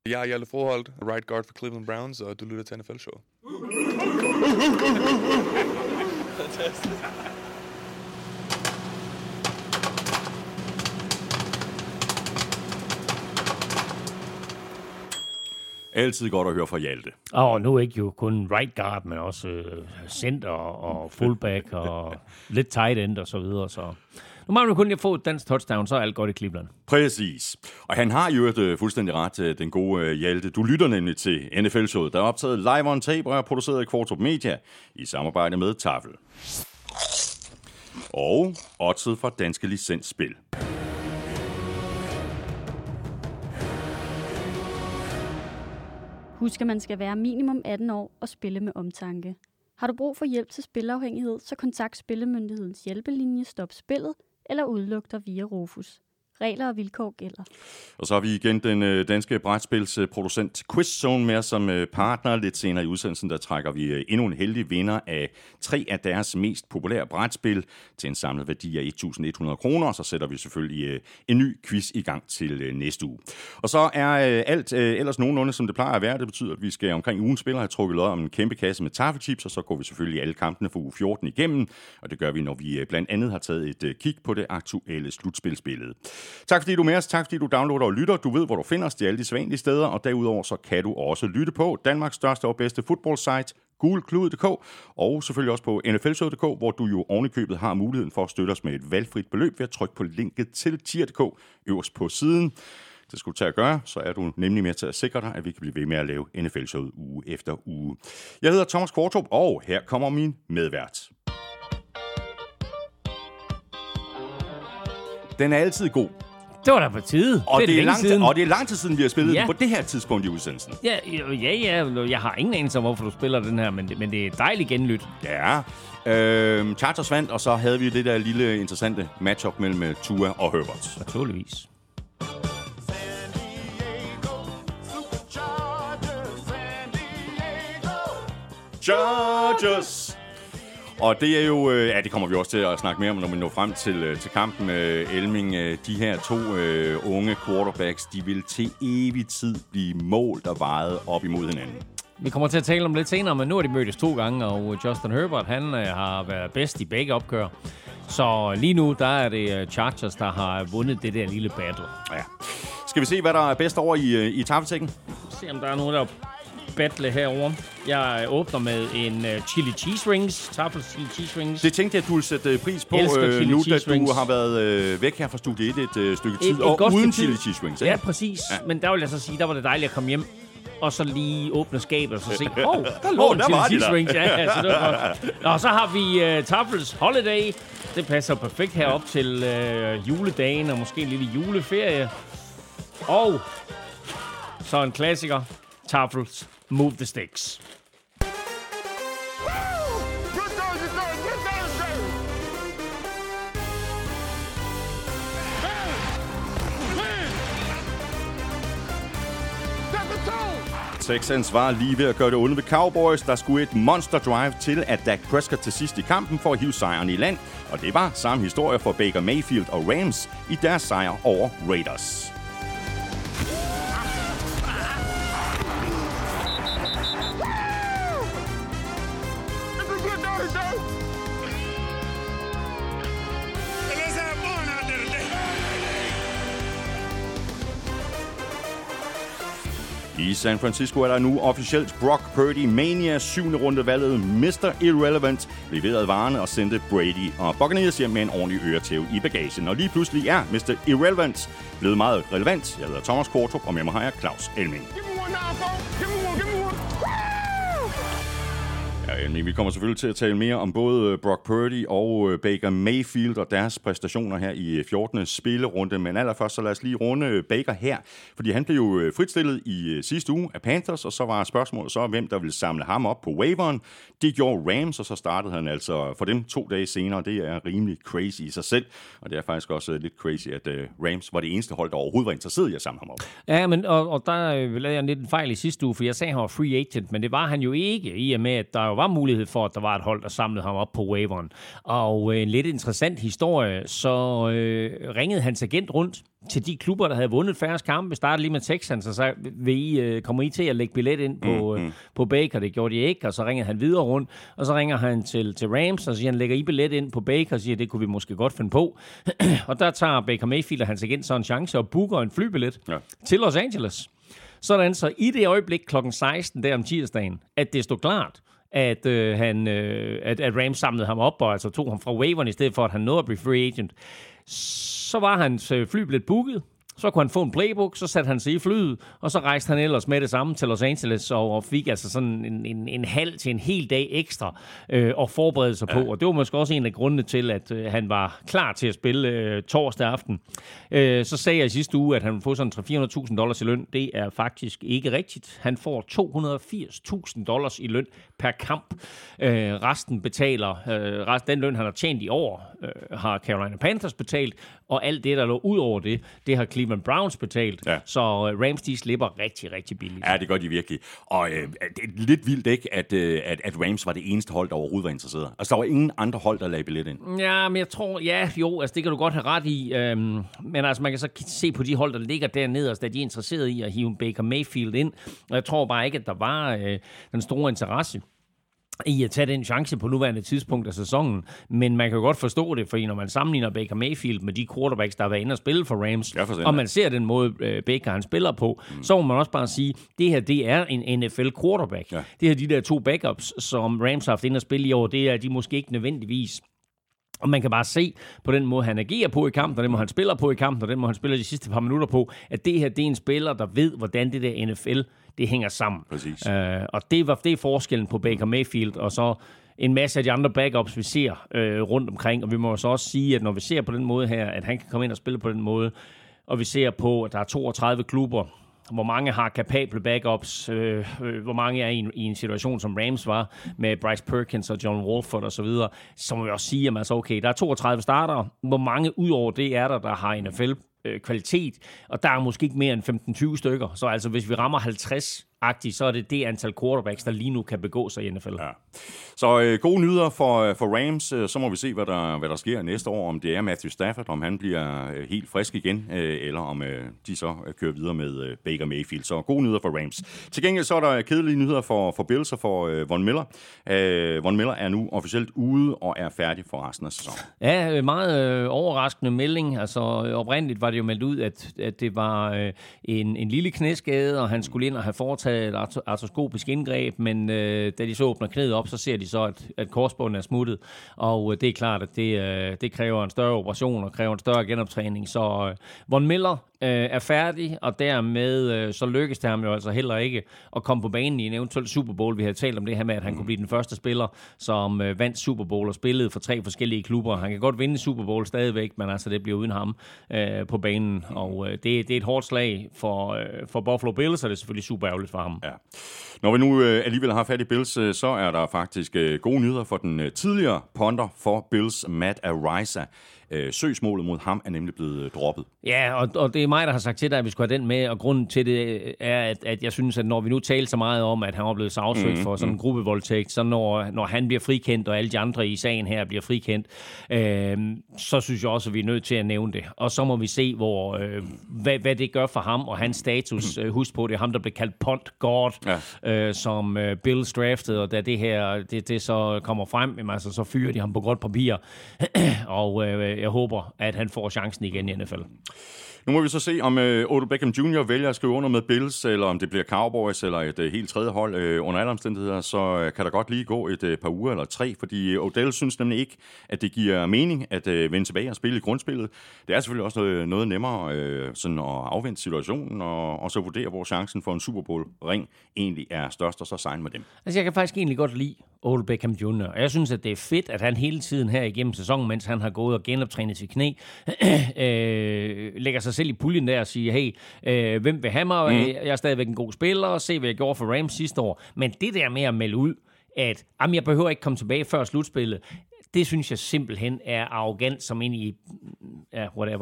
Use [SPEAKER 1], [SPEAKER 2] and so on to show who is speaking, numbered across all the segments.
[SPEAKER 1] Jeg er Hjalte Froholt, right guard for Cleveland Browns, og du lytter til NFL-showet. Fantastisk.
[SPEAKER 2] Altid godt at høre fra Hjalte.
[SPEAKER 3] Og nu ikke jo kun right guard, men også center og fullback og lidt tight end og så videre. Så nu må man kun få et dansk touchdown, så er alt godt i Cleveland.
[SPEAKER 2] Præcis. Og han har jo et fuldstændig ret, den gode Hjalte. Du lytter nemlig til NFL-showet, der er optaget live on tape og er produceret af Kvartrup Media i samarbejde med Tafel. Og oddset fra Danske Licensspil.
[SPEAKER 4] Husk, at man skal være minimum 18 år og spille med omtanke. Har du brug for hjælp til spilafhængighed, så kontakt Spillemyndighedens hjælpelinje Stop Spillet eller udluk dig via Rufus. Regler og vilkår gælder.
[SPEAKER 2] Og så har vi igen den danske brætspilsproducent QuizZone med som partner. Lidt senere i udsendelsen, der trækker vi endnu en heldig vinder af 3 af deres mest populære brætspil til en samlet værdi af 1.100 kroner. Og så sætter vi selvfølgelig en ny quiz i gang til næste uge. Og så er alt ellers nogenlunde, som det plejer at være. Det betyder, at vi skal omkring ugen spiller have trukket lod om en kæmpe kasse med tafelchips, og så går vi selvfølgelig alle kampene for uge 14 igennem. Og det gør vi, når vi blandt andet har taget et kig på det aktuelle slutspilsbillede. Tak fordi du er med os, tak fordi du downloader og lytter. Du ved, hvor du finder os, det er alle de sædvanlige steder, og derudover så kan du også lytte på Danmarks største og bedste fodboldsite, gulklud.dk, og selvfølgelig også på nflshowet.dk, hvor du jo ovenikøbet har muligheden for at støtte os med et valgfrit beløb ved at trykke på linket til tier.dk øverst på siden. Det skulle du tage at gøre, så er du nemlig med til at sikre dig, at vi kan blive ved med at lave NFL-showet uge efter uge. Jeg hedder Thomas Kvartrup, og her kommer min medvært. Den er altid god.
[SPEAKER 3] Det var da på tide.
[SPEAKER 2] Og det er lang tid siden, vi har spillet
[SPEAKER 3] ja.
[SPEAKER 2] den på det her tidspunkt i udsendelsen.
[SPEAKER 3] Ja. Jeg har ingen anelse om, hvorfor du spiller den her, men det er dejligt genlyt.
[SPEAKER 2] Ja. Chargers vandt, og så havde vi det der lille interessante matchup mellem Tua og Herbert.
[SPEAKER 3] Naturligvis.
[SPEAKER 2] Chargers! Og det er jo, det kommer vi også til at snakke mere om, når vi når frem til kampen. Elming, de her 2 unge quarterbacks, de vil til evig tid blive målt og vejet op imod hinanden.
[SPEAKER 3] Vi kommer til at tale om lidt senere, men nu har de mødtes 2 gange, og Justin Herbert, han har været bedst i begge opgør. Så lige nu, der er det Chargers, der har vundet det der lille battle.
[SPEAKER 2] Ja. Skal vi se, hvad der er bedst over i tafeltækken?
[SPEAKER 3] Se, om der er nogen, der battle herovre. Jeg åbner med en chili cheese rings. Tafel chili cheese rings.
[SPEAKER 2] Det tænkte jeg, at du ville sætte pris på, nu da du har været væk her fra studie 1 et stykke tid, og uden chili cheese rings.
[SPEAKER 3] Ja, præcis. Ja. Men der vil jeg så sige, der var det dejligt at komme hjem, og så lige åbne skabet, og så se, der lå en chili cheese rings. Ja, så det var godt. Og så har vi Tafels Holiday. Det passer perfekt herop til juledagen, og måske en lille juleferie. Og så en klassiker, Tafels Move the Sticks.
[SPEAKER 2] Texans var lige ved at gøre det onde ved Cowboys. Der skulle et monster drive til, at Dak Prescott til sidst i kampen for at hive sejren i land. Og det var samme historie for Baker Mayfield og Rams i deres sejr over Raiders. I San Francisco er der nu officielt Brock Purdy Mania 7. rundevalget Mr. Irrelevant leverede varerne og sendte Brady og Buccaneers hjem med en ordentlig øretæve i bagagen. Og lige pludselig er Mr. Irrelevant blevet meget relevant. Jeg hedder Thomas Kvartrup, og med mig har jeg Claus Elming. Ja, vi kommer selvfølgelig til at tale mere om både Brock Purdy og Baker Mayfield og deres præstationer her i 14. spillerunde. Men allerførst så lad os lige runde Baker her, fordi han blev jo fritstillet i sidste uge af Panthers, og så var spørgsmålet så, hvem der ville samle ham op på waiveren. Det gjorde Rams, og så startede han altså for dem 2 dage senere. Det er rimelig crazy i sig selv, og det er faktisk også lidt crazy, at Rams var det eneste hold, der overhovedet var interesseret i at samle ham op.
[SPEAKER 3] Ja, men og der lavede jeg lidt en fejl i sidste uge, for jeg sagde, han var free agent, men det var han jo ikke, i og med, at der var mulighed for, at der var et hold, der samlede ham op på waiveren. Og en lidt interessant historie, så ringede hans agent rundt til de klubber, der havde vundet færrest kampe. Vi startede lige med Texans, og så kommer I til at lægge billet ind på Baker. Det gjorde de ikke, og så ringede han videre rundt, og så ringer han til Rams, og siger, han lægger I billet ind på Baker, og siger, det kunne vi måske godt finde på. Og der tager Baker Mayfield og hans agent så en chance og booker en flybillet til Los Angeles. Sådan så i det øjeblik klokken 16 der om tirsdagen, at det stod klart, at Rams samlede ham op og altså tog ham fra waiveren i stedet for, at han nåede at blive free agent, så var hans flybillet booket. Så kunne han få en playbook, så satte han sig i flyet, og så rejste han ellers med det samme til Los Angeles, og fik altså sådan en halv til en hel dag ekstra at forberede sig på. Og det var måske også en af grundene til, at han var klar til at spille torsdag aften. Så sagde jeg i sidste uge, at han ville få sådan $300,000 i løn. Det er faktisk ikke rigtigt. Han får $280,000 i løn per kamp. Resten betaler, den løn, han har tjent i år, har Carolina Panthers betalt, og alt det, der lå ud over det har Cleveland Browns betalt. Ja. Så Rams, de slipper rigtig, rigtig billigt.
[SPEAKER 2] Ja, det gør de virkelig. Og det er lidt vildt, ikke, at Rams var det eneste hold, der overhovedet var interesseret. Altså, der var ingen andre hold, der lagde billet ind.
[SPEAKER 3] Ja, men jeg tror, altså det kan du godt have ret i. Men altså, man kan så se på de hold, der ligger dernede, og de er interesseret i at hive Baker Mayfield ind. Og jeg tror bare ikke, at der var den store interesse i at tage den chance på nuværende tidspunkt af sæsonen. Men man kan jo godt forstå det, fordi når man sammenligner Baker Mayfield med de quarterbacks, der har været inde og spille for Rams, og man ser den måde, Baker han spiller på, så må man også bare sige, det her, det er en NFL quarterback. Ja. Det her, de der 2 backups, som Rams har haft inde og spille i år, det er de måske ikke nødvendigvis. Og man kan bare se på den måde, han agerer på i kampen, og den måde, han spiller på i kampen, og den måde, han spiller de sidste par minutter på, at det her, det er en spiller, der ved, hvordan det der NFL, det hænger sammen. Og det er forskellen på Baker Mayfield, og så en masse af de andre backups, vi ser rundt omkring. Og vi må så også sige, at når vi ser på den måde her, at han kan komme ind og spille på den måde, og vi ser på, at der er 32 klubber, hvor mange har kapable backups, hvor mange er i en situation, som Rams var, med Bryce Perkins og John Wolford og så videre, så må vi også sige, at altså, okay, der er 32 startere. Hvor mange ud over det er der har NFL kvalitet, og der er måske ikke mere end 15-20 stykker. Så altså, hvis vi rammer 50-agtigt, så er det antal quarterbacks, der lige nu kan begå sig i NFL. Ja.
[SPEAKER 2] Så gode nyheder for Rams. Så må vi se, hvad der sker næste år. Om det er Matthew Stafford, om han bliver helt frisk igen, eller om de så kører videre med Baker Mayfield. Så gode nyheder for Rams. Til gengæld så er der kedelige nyheder for Bills og for Von Miller. Von Miller er nu officielt ude og er færdig for resten af sæsonen.
[SPEAKER 3] Ja, meget overraskende melding. Altså oprindeligt var det jo meldt ud, at det var en lille knæskade, og han skulle ind og have foretaget et artroskopisk indgreb, men da de så åbner knæet op, så ser de så, at korsbånden er smuttet, og det er klart, at det kræver en større operation og kræver en større genoptræning. Så Von Miller er færdig, og dermed så lykkes det ham jo altså heller ikke at komme på banen i en eventuel Super Bowl. Vi havde talt om det her med, at han kunne blive den første spiller, som vandt Super Bowl og spillede for 3 forskellige klubber. Han kan godt vinde Super Bowl stadigvæk, men altså det bliver uden ham på banen, og det er et hårdt slag for Buffalo Bills, og det er selvfølgelig super ærgerligt for ham. Ja.
[SPEAKER 2] Når vi nu alligevel har fat i Bills, så er der faktisk gode nyheder for den tidligere punter for Bills, Matt Araiza. Søgsmålet mod ham er nemlig blevet droppet.
[SPEAKER 3] Ja, og det er mig, der har sagt til dig, at vi skulle have den med, og grunden til det er, at jeg synes, at når vi nu taler så meget om, at han er blevet sagsøgt for sådan en gruppevoldtægt, så når han bliver frikendt, og alle de andre i sagen her bliver frikendt, så synes jeg også, at vi er nødt til at nævne det. Og så må vi se, hvad det gør for ham og hans status. Husk på, det er ham, der blev kaldt punt god, som Bills draftede, og da det her det så kommer frem, altså, så fyrer de ham på godt papir, og jeg håber, at han får chancen igen i NFL.
[SPEAKER 2] Nu må vi så se, om Odell Beckham Jr. vælger at skrive under med Bills, eller om det bliver Cowboys, eller et helt tredje hold. Under alle omstændigheder, så kan der godt lige gå et par uger eller 3, fordi Odell synes nemlig ikke, at det giver mening at vende tilbage og spille i grundspillet. Det er selvfølgelig også noget nemmere sådan at afvente situationen, og så vurdere, hvor chancen for en Super Bowl-ring egentlig er størst, og så signe med dem.
[SPEAKER 3] Altså, jeg kan faktisk egentlig godt lide Odell Beckham Jr., og jeg synes, at det er fedt, at han hele tiden her igennem sæsonen, mens han har gået og genoptrænet sit knæ, lægger sig selv i puljen der og siger, hey, hvem vil have mig? Jeg er stadigvæk en god spiller, se hvad jeg gjorde for Rams sidste år. Men det der med at melde ud, at jeg behøver ikke komme tilbage før slutspillet, Det synes jeg simpelthen er arrogant, som ind i... Ja, whatever.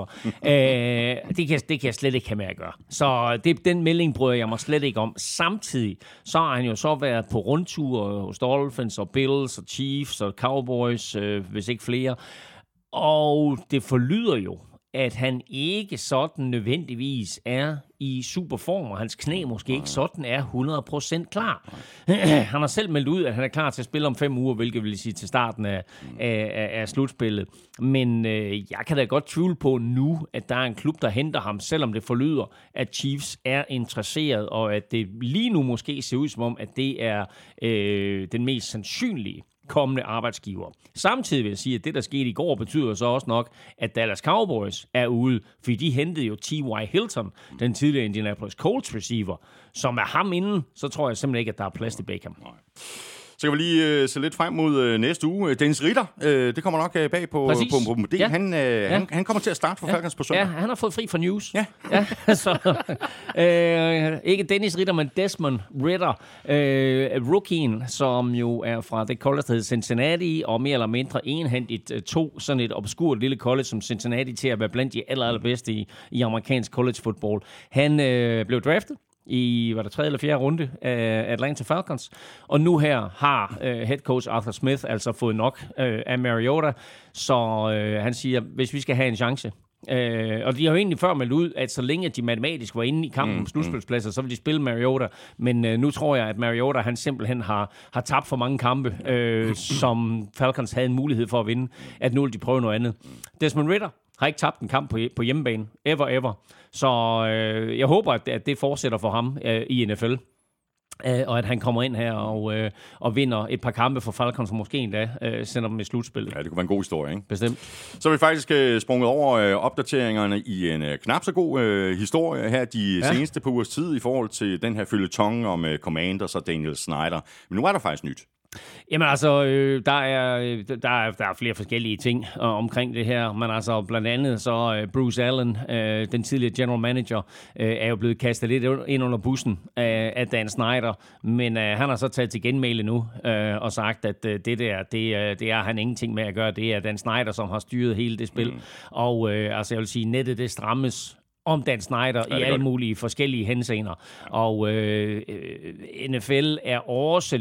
[SPEAKER 3] Det kan jeg slet ikke have med at gøre. Så den melding bryder jeg mig slet ikke om. Samtidig så har han jo så været på rundture hos Dolphins og Bills og Chiefs og Cowboys, hvis ikke flere. Og det forlyder jo, at han ikke sådan nødvendigvis er i superform, og hans knæ måske ikke sådan er 100% klar. Han har selv meldt ud, at han er klar til at spille om 5 uger, hvilket vil sige til starten af slutspillet. Men jeg kan da godt tvivle på nu, at der er en klub, der henter ham, selvom det forlyder, at Chiefs er interesseret, og at det lige nu måske ser ud som om, at det er den mest sandsynlige kommende arbejdsgiver. Samtidig vil jeg sige, at det, der skete i går, betyder så også nok, at Dallas Cowboys er ude, fordi de hentede jo T.Y. Hilton, den tidligere Indianapolis Colts receiver, som er ham inden, så tror jeg simpelthen ikke, at der er plads til Beckham.
[SPEAKER 2] Så kan vi lige se lidt frem mod næste uge. Dennis Ritter, det kommer nok bag på det. Ja. Han kommer til at starte for Falcons på søndag.
[SPEAKER 3] Ja, han har fået fri fra news.
[SPEAKER 2] Ja.
[SPEAKER 3] Så, ikke Dennis Ritter, men Desmond Ritter, rookien, som jo er fra det college, der hedder Cincinnati, og mere eller mindre enhændigt tog sådan et obskurt lille college som Cincinnati til at være blandt de allerbedste i amerikansk college football. Han blev draftet i, var der 3. eller 4. runde af Atlanta Falcons. Og nu her har head coach Arthur Smith altså fået nok af Mariota, så han siger, hvis vi skal have en chance. Og de har jo egentlig før meldt ud, at så længe de matematisk var inde i kampen om slutspilspladser, så vil de spille Mariota. Men nu tror jeg, at Mariota han simpelthen har tabt for mange kampe, som Falcons havde en mulighed for at vinde, at nu vil de prøve noget andet. Desmond Ritter har ikke tabt en kamp på hjemmebane. Ever. Så jeg håber, at det fortsætter for ham i NFL. Og at han kommer ind her og vinder et par kampe for Falcons, og måske endda sender dem i slutspillet.
[SPEAKER 2] Ja, det kunne være en god historie, ikke?
[SPEAKER 3] Bestemt.
[SPEAKER 2] Så er vi faktisk sprunget over opdateringerne i en knap så god historie her de seneste par ugers tid i forhold til den her føljeton om Commanders og Daniel Snyder. Men nu er der faktisk nyt.
[SPEAKER 3] Jamen altså, der er flere forskellige ting omkring det her, men altså blandt andet så Bruce Allen, den tidligere general manager, er jo blevet kastet lidt ind under bussen af Dan Snyder, men han har så taget til genmæle nu og sagt, at det er han ingenting med at gøre. Det er Dan Snyder, som har styret hele det spil, og altså jeg vil sige, nettet det strammes om Dan Snyder i alle mulige forskellige henseender. Og NFL er også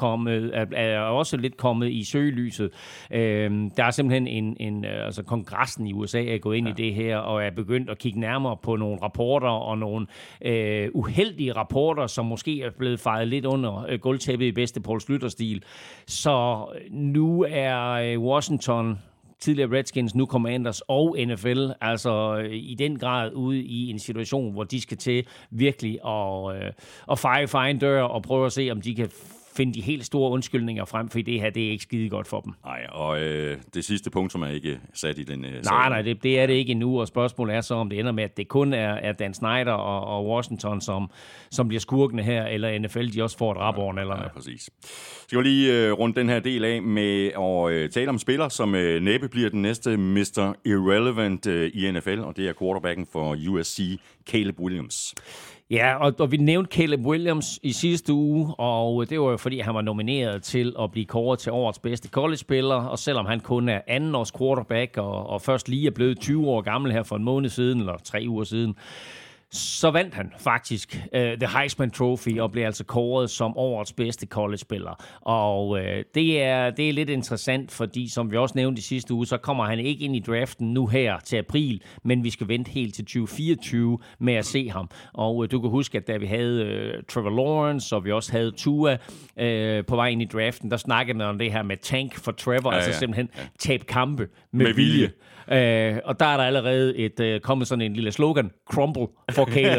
[SPEAKER 3] lidt kommet i søgelyset. Der er simpelthen altså kongressen i USA er gået ind i det her, og er begyndt at kigge nærmere på nogle rapporter, og nogle uheldige rapporter, som måske er blevet fejet lidt under gulvtæppet i bedste Poul Schlüter-stil. Så nu er Washington, tidligere Redskins, nu Commanders og NFL, altså i den grad ude i en situation, hvor de skal til virkelig at feje for egen dør og prøve at se, om de kan finde de helt store undskyldninger frem, for det her, det er ikke skide godt for dem.
[SPEAKER 2] Nej, og det sidste punkt, som er ikke sat i den
[SPEAKER 3] Nej, det er det ikke endnu, og spørgsmålet er så, om det ender med, at det kun er Dan Snyder og Washington, som bliver skurkene her, eller NFL, de også får et rap over nallerne.
[SPEAKER 2] Ja, præcis. Skal vi lige runde den her del af med at tale om spiller, som næppe bliver den næste Mr. Irrelevant i NFL, og det er quarterbacken for USC, Caleb Williams.
[SPEAKER 3] Ja, og vi nævnte Caleb Williams i sidste uge, og det var jo fordi, han var nomineret til at blive kåret til årets bedste college-spiller, og selvom han kun er andenårs quarterback, og først lige er blevet 20 år gammel her for en måned siden, eller 3 uger siden, så vandt han faktisk The Heisman Trophy og blev altså kåret som årets bedste college-spiller. Og det er lidt interessant, fordi som vi også nævnte i sidste uge, så kommer han ikke ind i draften nu her til april, men vi skal vente helt til 2024 med at se ham. Og du kan huske, at da vi havde Trevor Lawrence, og vi også havde Tua på vej ind i draften, der snakkede man om det her med tank for Trevor, altså simpelthen tab kampe med vilje. Og der er der allerede kommet sådan en lille slogan, crumble for Caleb.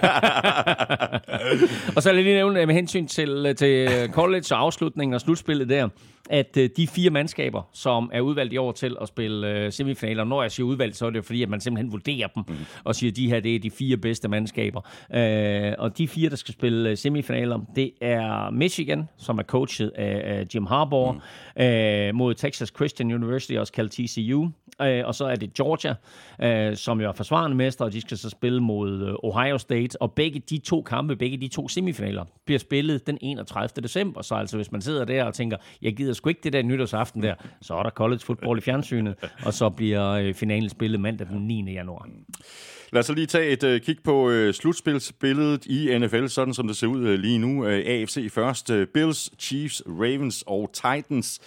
[SPEAKER 3] Og så vil jeg lige nævne med hensyn til college og afslutningen og slutspillet der, at de 4 mandskaber, som er udvalgt i år til at spille semifinaler, når jeg siger udvalgt, så er det fordi, at man simpelthen vurderer dem og siger, at de her det er de 4 bedste mandskaber. Og de 4, der skal spille semifinaler, det er Michigan, som er coachet af Jim Harbaugh, mod Texas Christian University, også kaldt TCU. Og så er det Georgia, som jo er forsvarende mester, og de skal så spille mod mod Ohio State, og begge de to semifinaler, bliver spillet den 31. december. Så altså, hvis man sidder der og tænker, jeg gider sgu ikke det der nytårsaften der, så er der college football i fjernsynet, og så bliver finalen spillet mandag den 9. januar.
[SPEAKER 2] Lad os så lige tage et kig på slutspilsbilledet i NFL, sådan som det ser ud lige nu. AFC først. Bills, Chiefs, Ravens og Titans.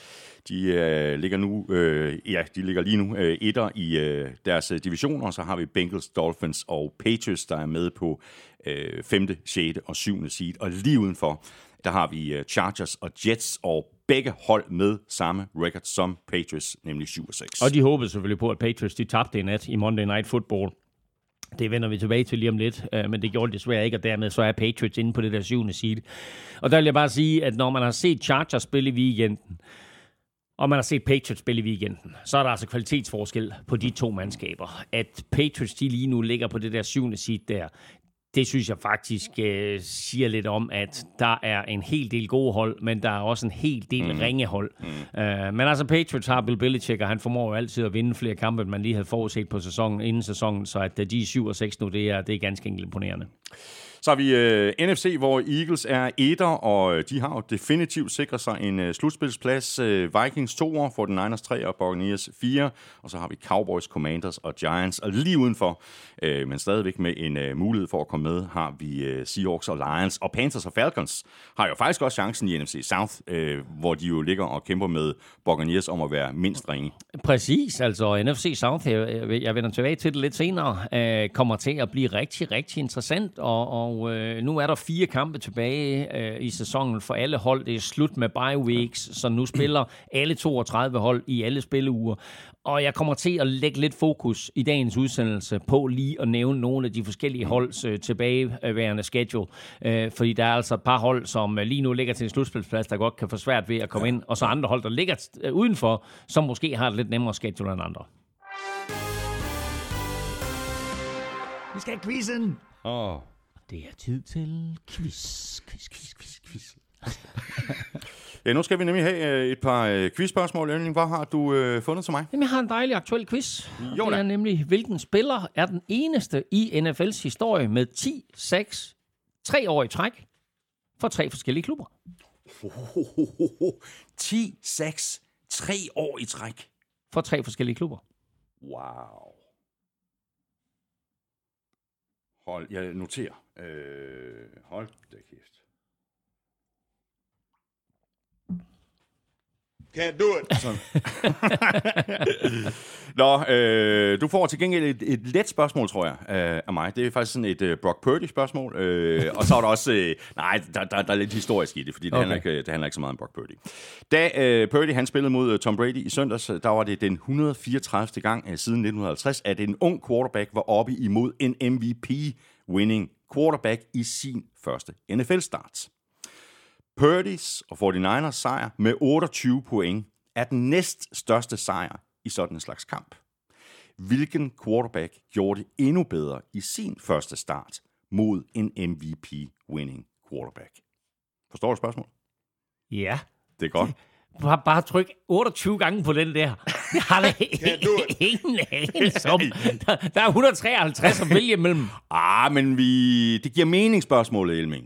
[SPEAKER 2] De ligger lige nu etter i deres divisioner, og så har vi Bengals, Dolphins og Patriots, der er med på 5., 6. og 7. seed. Og lige udenfor, der har vi Chargers og Jets, og begge hold med samme record som Patriots, nemlig 7-6.
[SPEAKER 3] Og de håbede selvfølgelig på, at Patriots de tabte i nat i Monday Night Football. Det vender vi tilbage til lige om lidt, men det gjorde det desværre ikke, og dermed så er Patriots inde på det der 7. seed. Og der vil jeg bare sige, at når man har set Chargers spille i weekenden, og man har set Patriots spille i weekenden, så er der altså kvalitetsforskel på de to mandskaber. At Patriots de lige nu ligger på det der 7. seed der, det synes jeg faktisk siger lidt om, at der er en hel del gode hold, men der er også en hel del ringe hold. Men altså Patriots har Bill Belichick, og han formår jo altid at vinde flere kampe, end man lige havde forudset på sæsonen, inden sæsonen, så at de er 7-6 nu, det er ganske enkelt imponerende.
[SPEAKER 2] Så har vi NFC, hvor Eagles er etter, og de har jo definitivt sikret sig en slutspilsplads. Vikings 2'er, 49ers 3 og Buccaneers 4, og så har vi Cowboys, Commanders og Giants. Og lige udenfor, men stadigvæk med en mulighed for at komme med, har vi Seahawks og Lions. Og Panthers og Falcons har jo faktisk også chancen i NFC South, hvor de jo ligger og kæmper med Buccaneers om at være mindst ringe.
[SPEAKER 3] Præcis, altså NFC South, jeg vender tilbage til det lidt senere, kommer til at blive rigtig, rigtig interessant, og nu er der 4 kampe tilbage i sæsonen for alle hold. Det er slut med bye weeks, så nu spiller alle 32 hold i alle spilleuger. Og jeg kommer til at lægge lidt fokus i dagens udsendelse på lige at nævne nogle af de forskellige holds tilbageværende schedule. Fordi der er altså et par hold, som lige nu ligger til en slutspilsplads, der godt kan få svært ved at komme ind. Og så andre hold, der ligger udenfor, som måske har et lidt nemmere schedule end andre.
[SPEAKER 5] Vi skal have quizzen!
[SPEAKER 3] Det er tid til quiz.
[SPEAKER 2] Ja, nu skal vi nemlig have et par quizspørgsmål. Hvad har du fundet til mig?
[SPEAKER 3] Jamen, jeg har en dejlig aktuel quiz.
[SPEAKER 2] Jo,
[SPEAKER 3] det er nemlig, hvilken spiller er den eneste i NFL's historie med 10-6 3 år i træk for 3 forskellige klubber?
[SPEAKER 2] 10-6 3 år i træk
[SPEAKER 3] for 3 forskellige klubber.
[SPEAKER 2] Wow. Hold, jeg noterer. Hold da kæft.
[SPEAKER 6] Can't do it.
[SPEAKER 2] Nå, du får til gengæld et let spørgsmål, tror jeg, af mig. Det er faktisk sådan et Brock Purdy-spørgsmål. Og så er der også... der er lidt historisk i det, fordi det handler ikke så meget om Brock Purdy. Da Purdy han spillede mod Tom Brady i søndags, der var det den 134. gang siden 1950, at en ung quarterback var oppe imod en MVP-winning quarterback i sin første NFL-start. Purdy's og 49ers sejr med 28 point er den næststørste sejr i sådan en slags kamp. Hvilken quarterback gjorde det endnu bedre i sin første start mod en MVP-winning quarterback? Forstår du spørgsmålet?
[SPEAKER 3] Ja.
[SPEAKER 2] Det er godt.
[SPEAKER 3] Bare tryk 28 gange på den der. Jeg har da ingen anelse om. Der er 153 at vælge imellem.
[SPEAKER 2] Men det giver mening, spørgsmålet, Elming.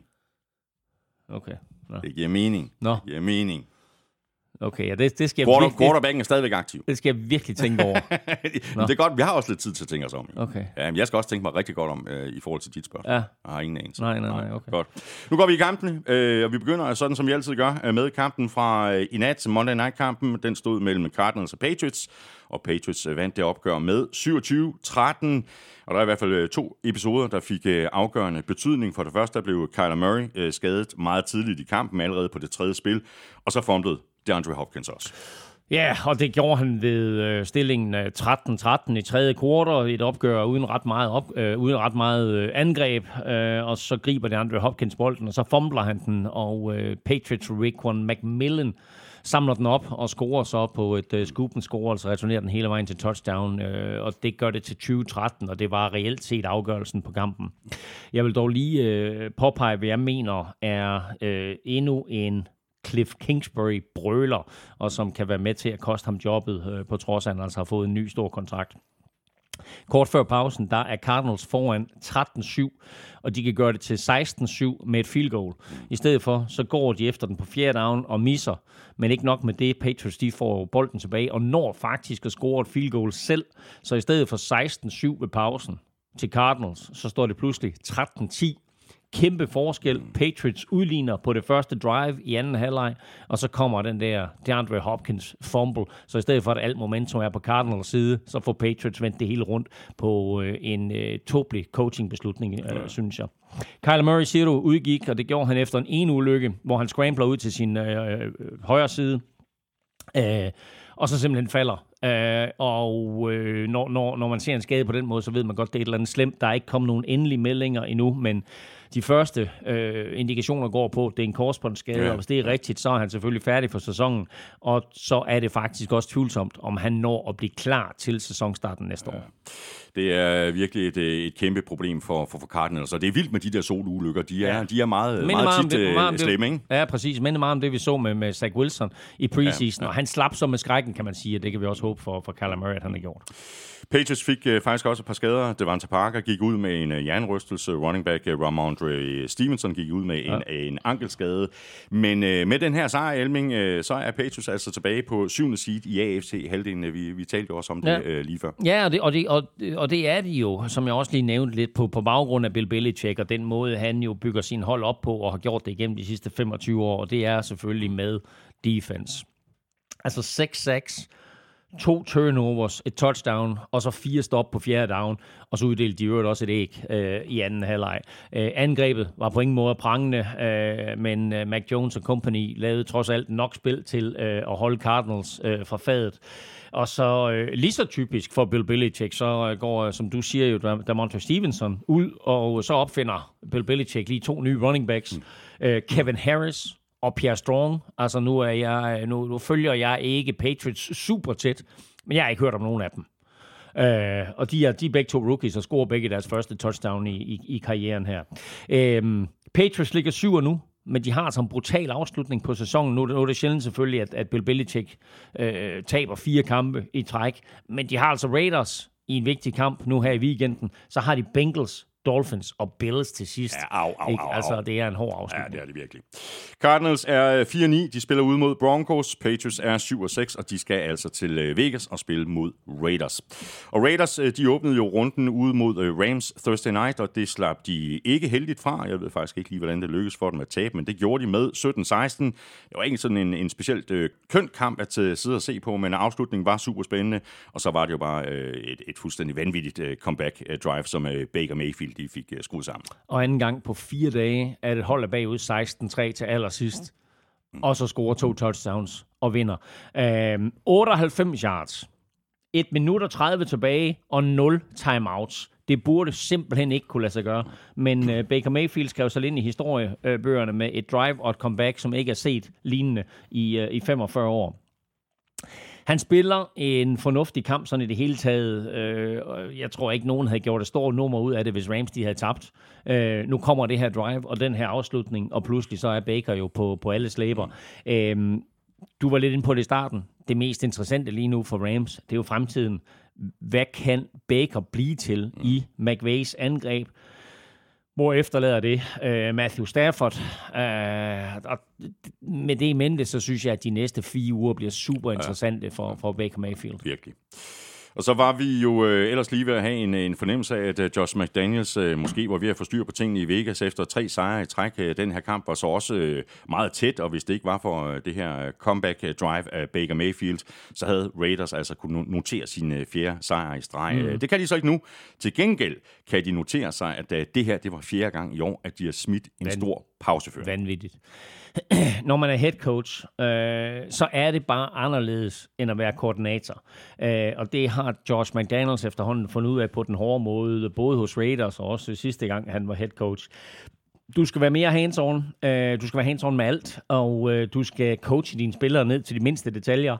[SPEAKER 3] Okay. Nå.
[SPEAKER 2] Det giver mening. Det giver mening.
[SPEAKER 3] Okay, ja, det skal jeg
[SPEAKER 2] quarterbacken er stadigvæk aktiv.
[SPEAKER 3] Det skal jeg virkelig tænke over.
[SPEAKER 2] Det er godt, vi har også lidt tid til at tænke os om.
[SPEAKER 3] Okay.
[SPEAKER 2] Ja, men jeg skal også tænke mig rigtig godt om i forhold til dit spørgsmål.
[SPEAKER 3] Ja.
[SPEAKER 2] Jeg har ingen anelse.
[SPEAKER 3] Nej, okay.
[SPEAKER 2] Godt. Nu går vi i kampen, og vi begynder sådan, som vi altid gør, med kampen fra i nat, Monday Night-kampen. Den stod mellem Cardinals og Patriots, og Patriots vandt det opgør med 27-13. Og der er i hvert fald 2 episoder, der fik afgørende betydning. For det første, der blev Kyler Murray skadet meget tidligt i kampen, allerede på det 3. spil, og så fumblede DeAndre Hopkins også.
[SPEAKER 3] Ja, og det gjorde han ved stillingen 13-13 i 3. kvartal, et opgør uden ret meget angreb, og så griber DeAndre Hopkins bolden, og så fumbler han den, og Patriots Raekwon McMillan samler den op og scorer så på et scoop and score, altså returnerer den hele vejen til touchdown, og det gør det til 2013, og det var reelt set afgørelsen på kampen. Jeg vil dog lige påpege, hvad jeg mener er endnu en Cliff Kingsbury brøler, og som kan være med til at koste ham jobbet, på trods af, at han altså har fået en ny stor kontrakt. Kort før pausen, der er Cardinals foran 13-7, og de kan gøre det til 16-7 med et field goal. I stedet for, så går de efter den på 4. down og misser, men ikke nok med det. Patriots, de får bolden tilbage og når faktisk at score et field goal selv. Så i stedet for 16-7 ved pausen til Cardinals, så står det pludselig 13-10. Kæmpe forskel. Patriots udligner på det første drive i anden halvleg, og så kommer den der DeAndre Hopkins fumble. Så i stedet for, at alt momentum er på Cardinals side, så får Patriots vendt det hele rundt på en tåbelig coachingbeslutning, synes jeg. Kyler Murray, siger du, udgik, og det gjorde han efter en ulykke, hvor han scrambler ud til sin højre side, og så simpelthen falder. Når man ser en skade på den måde, så ved man godt, det er et eller andet slemt. Der er ikke kommet nogen endelige meldinger endnu, men de første indikationer går på, at det er en korsbåndsskade, og hvis det er rigtigt, så er han selvfølgelig færdig for sæsonen, og så er det faktisk også tvivlsomt, om han når at blive klar til sæsonstarten næste år.
[SPEAKER 2] Det er virkelig et kæmpe problem for Cardinals, og det er vildt med de der solulykker. De er meget tit slemme, ikke?
[SPEAKER 3] Ja, præcis. Minder meget om det, vi så med Zach Wilson i preseason, og han slap så med skrækken, kan man sige, og det kan vi også håbe for Kyler Murray, at han har gjort.
[SPEAKER 2] Patriots fik faktisk også et par skader. Devonta Parker gik ud med en jernrystelse. Running back Ramondre Stevenson gik ud med en ankelskade. Men med den her sejr, Elming, så er Patriots altså tilbage på 7. seed i AFC-halvdelen. Vi talte jo også om det lige før.
[SPEAKER 3] Ja, og det er de jo, som jeg også lige nævnte lidt, på baggrund af Bill Belichick, og den måde, han jo bygger sin hold op på, og har gjort det igennem de sidste 25 år, og det er selvfølgelig med defense. Altså 6-6, 2 turnovers, et touchdown, og så 4 stop på 4. down, og så uddelte de øvrigt også et æg i anden halvleg. Angrebet var på ingen måde prangende, men Mac Jones og company lavede trods alt nok spil til at holde Cardinals fra fadet. Og så lige så typisk for Bill Belichick, så går, som du siger jo, Ramondre Stevenson ud, og så opfinder Bill Belichick lige 2 nye running backs. Kevin Harris og Pierre Strong. Altså nu følger jeg ikke Patriots super tæt, men jeg har ikke hørt om nogen af dem. Og de er begge 2 rookies og scorer begge deres første touchdown i karrieren her. Patriots ligger 7 nu, men de har altså en brutal afslutning på sæsonen. Nu er det sjældent selvfølgelig, at Bill Belichick taber 4 kampe i træk, men de har altså Raiders i en vigtig kamp nu her i weekenden. Så har de Bengals, Dolphins og Bills til sidst.
[SPEAKER 2] Ja,
[SPEAKER 3] Altså, det er en hård afslutning.
[SPEAKER 2] Ja, det er det virkelig. Cardinals er 4-9. De spiller ude mod Broncos. Patriots er 7-6, og de skal altså til Vegas og spille mod Raiders. Og Raiders, de åbnede jo runden ude mod Rams Thursday Night, og det slap de ikke heldigt fra. Jeg ved faktisk ikke lige, hvordan det lykkedes for dem at tabe, men det gjorde de med 17-16. Det var ikke sådan en specielt køn kamp at sidde og se på, men afslutningen var super spændende, og så var det jo bare et fuldstændig vanvittigt comeback-drive, som Baker Mayfield de fik skruet sammen.
[SPEAKER 3] Og anden gang på 4 dage, at et hold er bagud 16-3 til allersidst, og så scorer 2 touchdowns og vinder. 98 yards, 1 minut og 30 tilbage, og 0 timeouts. Det burde simpelthen ikke kunne lade sig gøre. Men Baker Mayfield skrev sig ind i historiebøgerne med et drive og et comeback, som ikke er set lignende i 45 år. Han spiller en fornuftig kamp sådan i det hele taget. Jeg tror ikke, nogen havde gjort et stort nummer ud af det, hvis Rams de havde tabt. Nu kommer det her drive og den her afslutning, og pludselig så er Baker jo på alle slæber. Du var lidt inde på det i starten. Det mest interessante lige nu for Rams, det er jo fremtiden. Hvad kan Baker blive til i McVays angreb? Hvor efterlader det Matthew Stafford? Og med det i mente, så synes jeg, at de næste 4 uger bliver super interessante for Baker Mayfield.
[SPEAKER 2] Virkelig. Og så var vi jo ellers lige ved at have en fornemmelse af, at Josh McDaniels måske var ved at få styr på tingene i Vegas efter 3 sejre i træk. Den her kamp var så også meget tæt, og hvis det ikke var for det her comeback drive af Baker Mayfield, så havde Raiders altså kunne notere sin 4. sejr i streg. Det kan de så ikke nu. Til gengæld kan de notere sig, at det her det var 4. gang i år, at de har smidt en stor pauseføring.
[SPEAKER 3] Vanvittigt. Når man er head coach, så er det bare anderledes end at være koordinator. Og det har Josh McDaniels efterhånden fundet ud af på den hårde måde, både hos Raiders og også sidste gang, han var head coach. Du skal være mere hands-on. Du skal være hands-on med alt, og du skal coache dine spillere ned til de mindste detaljer.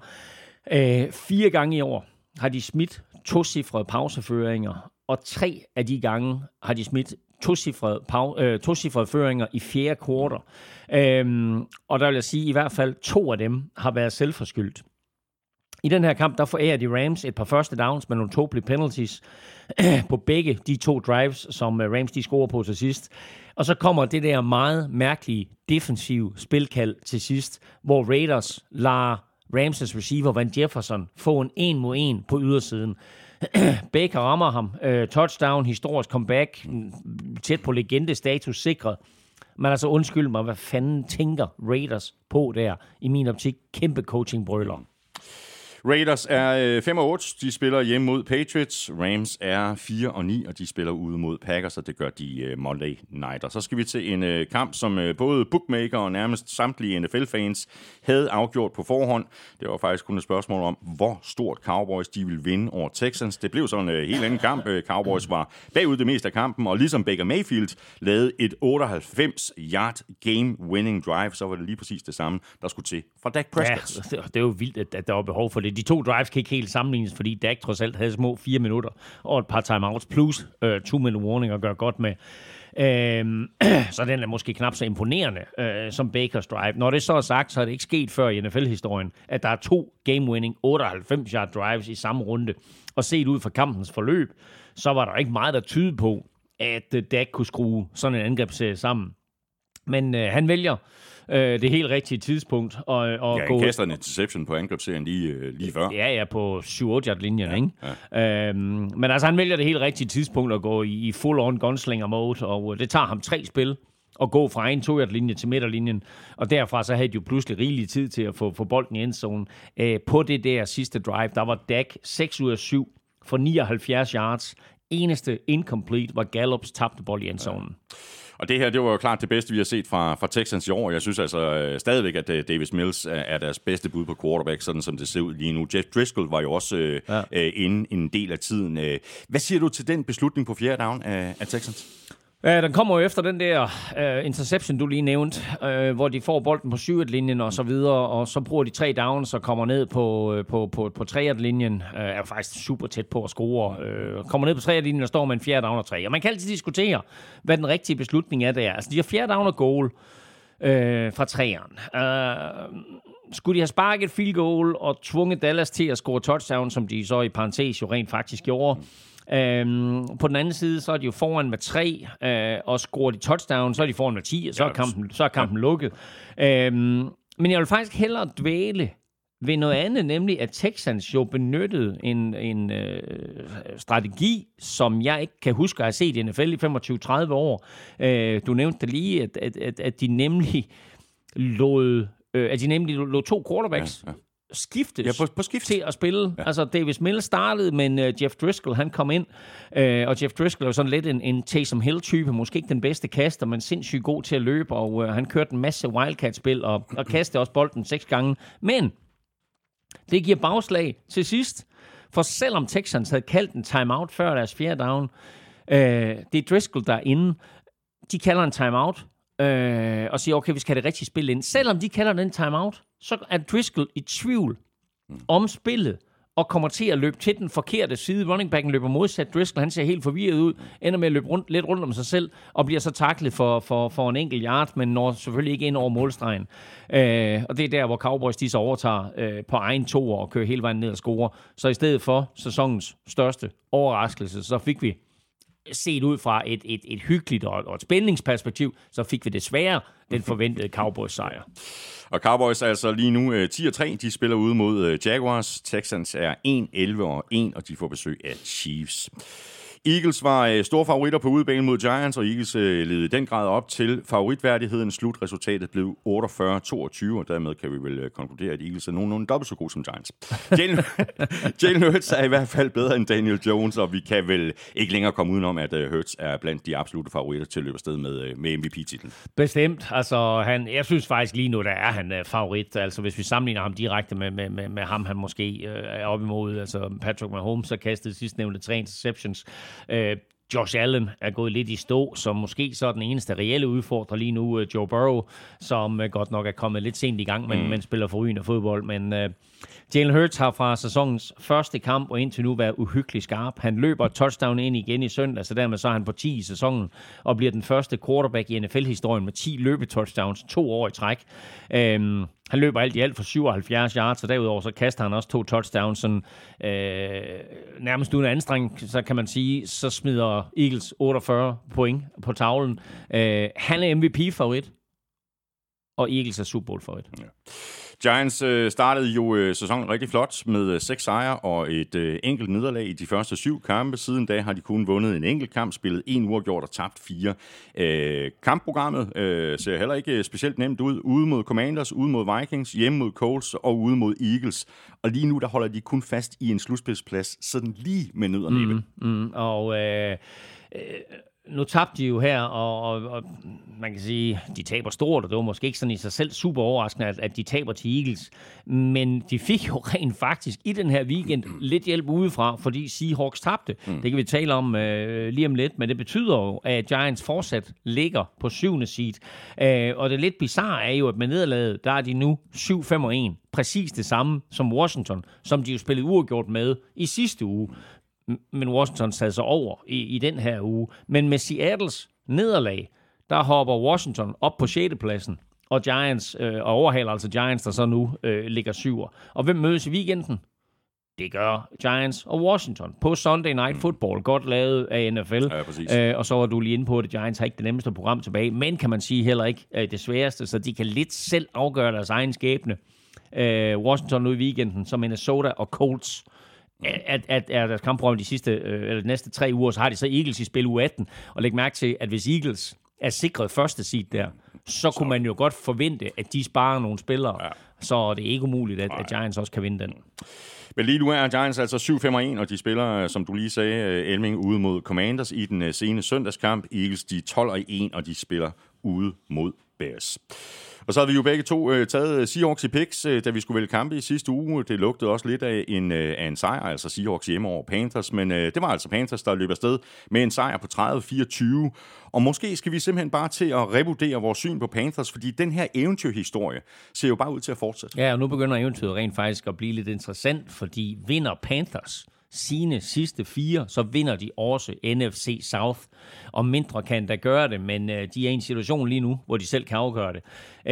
[SPEAKER 3] 4 gange i år har de smidt 2-cifrede pauseføringer, og 3 af de gange har de smidt 2-cifrede føringer i 4. kvartal. Og der vil jeg sige, at i hvert fald 2 af dem har været selvforskyldt. I den her kamp, der forærer de Rams et par første downs med nogle tåbelige penalties på begge de 2 drives, som Rams de scorer på til sidst. Og så kommer det der meget mærkelige defensiv spilkald til sidst, hvor Raiders lader Rams' receiver Van Jefferson få en 1-mod-1 på ydersiden. Baker rammer ham. Touchdown, historisk comeback, tæt på legendestatus sikret. Men altså undskyld mig, hvad fanden tænker Raiders på der? I min optik, kæmpe coaching-brøler.
[SPEAKER 2] Raiders er 5-8, de spiller hjemme mod Patriots. Rams er 4-9, og de spiller ude mod Packers, og det gør de Monday Night. Og så skal vi til en kamp, som både bookmaker og nærmest samtlige NFL-fans havde afgjort på forhånd. Det var faktisk kun et spørgsmål om, hvor stort Cowboys de ville vinde over Texans. Det blev sådan en helt anden kamp. Cowboys var bagud det meste af kampen, og ligesom Baker Mayfield lavede et 98-yard game-winning drive, så var det lige præcis det samme, der skulle til fra Dak Prescott.
[SPEAKER 3] Ja, det er jo vildt, at der var behov for det. De 2 drives kan ikke helt sammenlignes, fordi Dak trods alt havde små 4 minutter og et par timeouts, plus 2-minute warning at gøre godt med. Så den er måske knap så imponerende som Bakers drive. Når det så er sagt, så er det ikke sket før i NFL-historien, at der er 2 game-winning 98-yard drives i samme runde. Og set ud fra kampens forløb, så var der ikke meget, der tyder på, at Dak kunne skrue sådan en angrebsserie sammen. Men han vælger det helt rigtige tidspunkt. Og
[SPEAKER 2] han kaster en interception på angrebsserien lige før.
[SPEAKER 3] Ja, på 7-8-yard-linjen, ikke? Ja. Men altså, han vælger det helt rigtige tidspunkt at gå i full-on gunslinger-mode, og det tager ham 3 spil at gå fra en 2-yard-linje til midterlinjen, og derfra så havde de jo pludselig rigelig tid til at få bolden i endzonen. På det der sidste drive, der var Dak 6 ud af 7 for 79 yards. Eneste incomplete var Gallups tabte bold i endzonen.
[SPEAKER 2] Ja. Og det her, det var jo klart det bedste, vi har set fra Texans i år. Jeg synes altså stadigvæk, at Davis Mills er deres bedste bud på quarterback, sådan som det ser ud lige nu. Jeff Driscoll var jo også inde en del af tiden. Hvad siger du til den beslutning på 4. down af Texans?
[SPEAKER 3] Den kommer jo efter den der interception, du lige nævnte, hvor de får bolden på 7-linjen og så videre, og så bruger de 3 downs og kommer ned på 3-linjen. Er faktisk super tæt på at score. Kommer ned på 3-linjen og står med en 4. down og 3. Og man kan altid diskutere, hvad den rigtige beslutning er der. Altså, de har 4. down og goal fra 3'eren. Skulle de have sparket et field goal og tvunget Dallas til at score touchdown, som de så i parentes jo rent faktisk gjorde? På den anden side, så er de jo foran med 3, og scorer de touchdown, så er de foran med 10, og så er kampen lukket. Men jeg vil faktisk hellere dvæle ved noget andet, nemlig at Texans jo benyttede en strategi, som jeg ikke kan huske at have set i NFL i 25-30 år. Du nævnte det lige, at de nemlig lod 2 quarterbacks skiftes
[SPEAKER 2] på skift
[SPEAKER 3] til at spille. Ja. Altså, Davis Mills startede, men Jeff Driscoll, han kom ind, og Jeff Driscoll er sådan lidt en Taysom Hill-type, måske ikke den bedste kaster, men sindssygt god til at løbe, og han kørte en masse Wildcat-spil, og kastede også bolden 6 gange. Men det giver bagslag til sidst, for selvom Texans havde kaldt en timeout før deres 4. down, det er Driscoll, der er inde. De kalder en timeout, og siger, okay, vi skal have det rigtige spil ind. Selvom de kalder den timeout, så er Driscoll i tvivl om spillet, og kommer til at løbe til den forkerte side. Running backen løber modsat. Driscoll, han ser helt forvirret ud, ender med at løbe lidt rundt om sig selv, og bliver så tacklet for en enkelt yard, men når selvfølgelig ikke ind over målstregen. Og det er der, hvor Cowboys de så overtager på egen 2 og kører hele vejen ned og scorer. Så i stedet for sæsonens største overraskelse, så fik vi set ud fra et hyggeligt og et spændingsperspektiv, så fik vi desværre den forventede Cowboys-sejr.
[SPEAKER 2] Og Cowboys er altså lige nu 10-3. De spiller ude mod Jaguars. Texans er 1-11-1, og de får besøg af Chiefs. Eagles var store favoritter på udebane mod Giants, og Eagles ledte i den grad op til favoritværdigheden. Slutresultatet blev 48-22, og dermed kan vi vel konkludere, at Eagles er nogenlunde dobbelt så god som Giants. Jalen Hurts er i hvert fald bedre end Daniel Jones, og vi kan vel ikke længere komme udenom, at Hurts er blandt de absolutte favoritter til at løbe afsted med MVP-titlen.
[SPEAKER 3] Bestemt. Altså, jeg synes faktisk lige nu, der er han favorit. Altså, hvis vi sammenligner ham direkte med ham, han måske er op imod. Altså, Patrick Mahomes har kastet sidstnævnte 3 interceptions. Josh Allen er gået lidt i stå, som måske så er den eneste reelle udfordrer lige nu. Joe Burrow, som godt nok er kommet lidt sent i gang, men spiller forrygende fodbold. Men Jalen Hurts har fra sæsonens første kamp og indtil nu været uhyggeligt skarp. Han løber touchdown ind igen i søndag, så dermed så er han på 10 i sæsonen og bliver den første quarterback i NFL-historien med 10 løbetouchdowns 2 år i træk. Han løber alt i alt for 77 yards, og derudover så kaster han også 2 touchdowns. Sådan, nærmest uden anstrengning, så kan man sige, så smider Eagles 48 point på tavlen. Han er MVP-favorit, og Eagles er Super Bowl-favorit. Ja.
[SPEAKER 2] Giants startede jo sæsonen rigtig flot med 6 sejre og et enkelt nederlag i de første 7 kampe. Siden da har de kun vundet en enkelt kamp, spillet 1 uafgjort og tabt 4. Kampprogrammet ser heller ikke specielt nemt ud. Ude mod Commanders, ude mod Vikings, hjemme mod Colts og ude mod Eagles. Og lige nu der holder de kun fast i en slutspilsplads, sådan lige med nød og næppe.
[SPEAKER 3] Nu tabte de jo her, og man kan sige, de taber stort, og det var måske ikke sådan i sig selv super overraskende, at de taber til Eagles. Men de fik jo rent faktisk i den her weekend lidt hjælp udefra, fordi Seahawks tabte. Det kan vi tale om lige om lidt, men det betyder jo, at Giants fortsat ligger på 7. seed. Og det lidt bizarre er jo, at med nederlaget, der er de nu 7-5-1. Præcis det samme som Washington, som de jo spillede uafgjort med i sidste uge. Men Washington sad så over i den her uge. Men med Seattles nederlag, der hopper Washington op på 6. pladsen, og Giants overhaler altså Giants, der så nu ligger 7'er. Og hvem mødes i weekenden? Det gør Giants og Washington på Sunday Night Football. Godt lavet af NFL. Ja, og så var du lige inde på det. Giants har ikke det nemmeste program tilbage, men kan man sige heller ikke det sværeste, så de kan lidt selv afgøre deres egen skæbne. Washington nu i weekenden, som Minnesota og Colts. At deres kampprogram de næste 3 uger, så har de så Eagles i spil uge 18. Og læg mærke til, at hvis Eagles er sikret første seed der, så kunne man jo godt forvente, at de sparer nogle spillere. Ja. Så det er ikke umuligt, at Giants også kan vinde den.
[SPEAKER 2] Men lige nu er Giants altså 7-5-1, og de spiller, som du lige sagde, Elming, ude mod Commanders i den sene søndagskamp. Eagles, de 12-1, og de spiller ude mod Bears. Og så havde vi jo begge to taget Seahawks i picks, da vi skulle vælge kampe i sidste uge. Det lugtede også lidt af en sejr, altså Seahawks hjemme over Panthers. Men det var altså Panthers, der løb afsted med en sejr på 30-24. Og måske skal vi simpelthen bare til at revurdere vores syn på Panthers, fordi den her eventyrhistorie ser jo bare ud til at fortsætte.
[SPEAKER 3] Ja, og nu begynder eventyret rent faktisk at blive lidt interessant, fordi vinder Panthers sine sidste 4, så vinder de også NFC South. Og mindre kan der gøre det, men de er i en situation lige nu, hvor de selv kan afgøre det.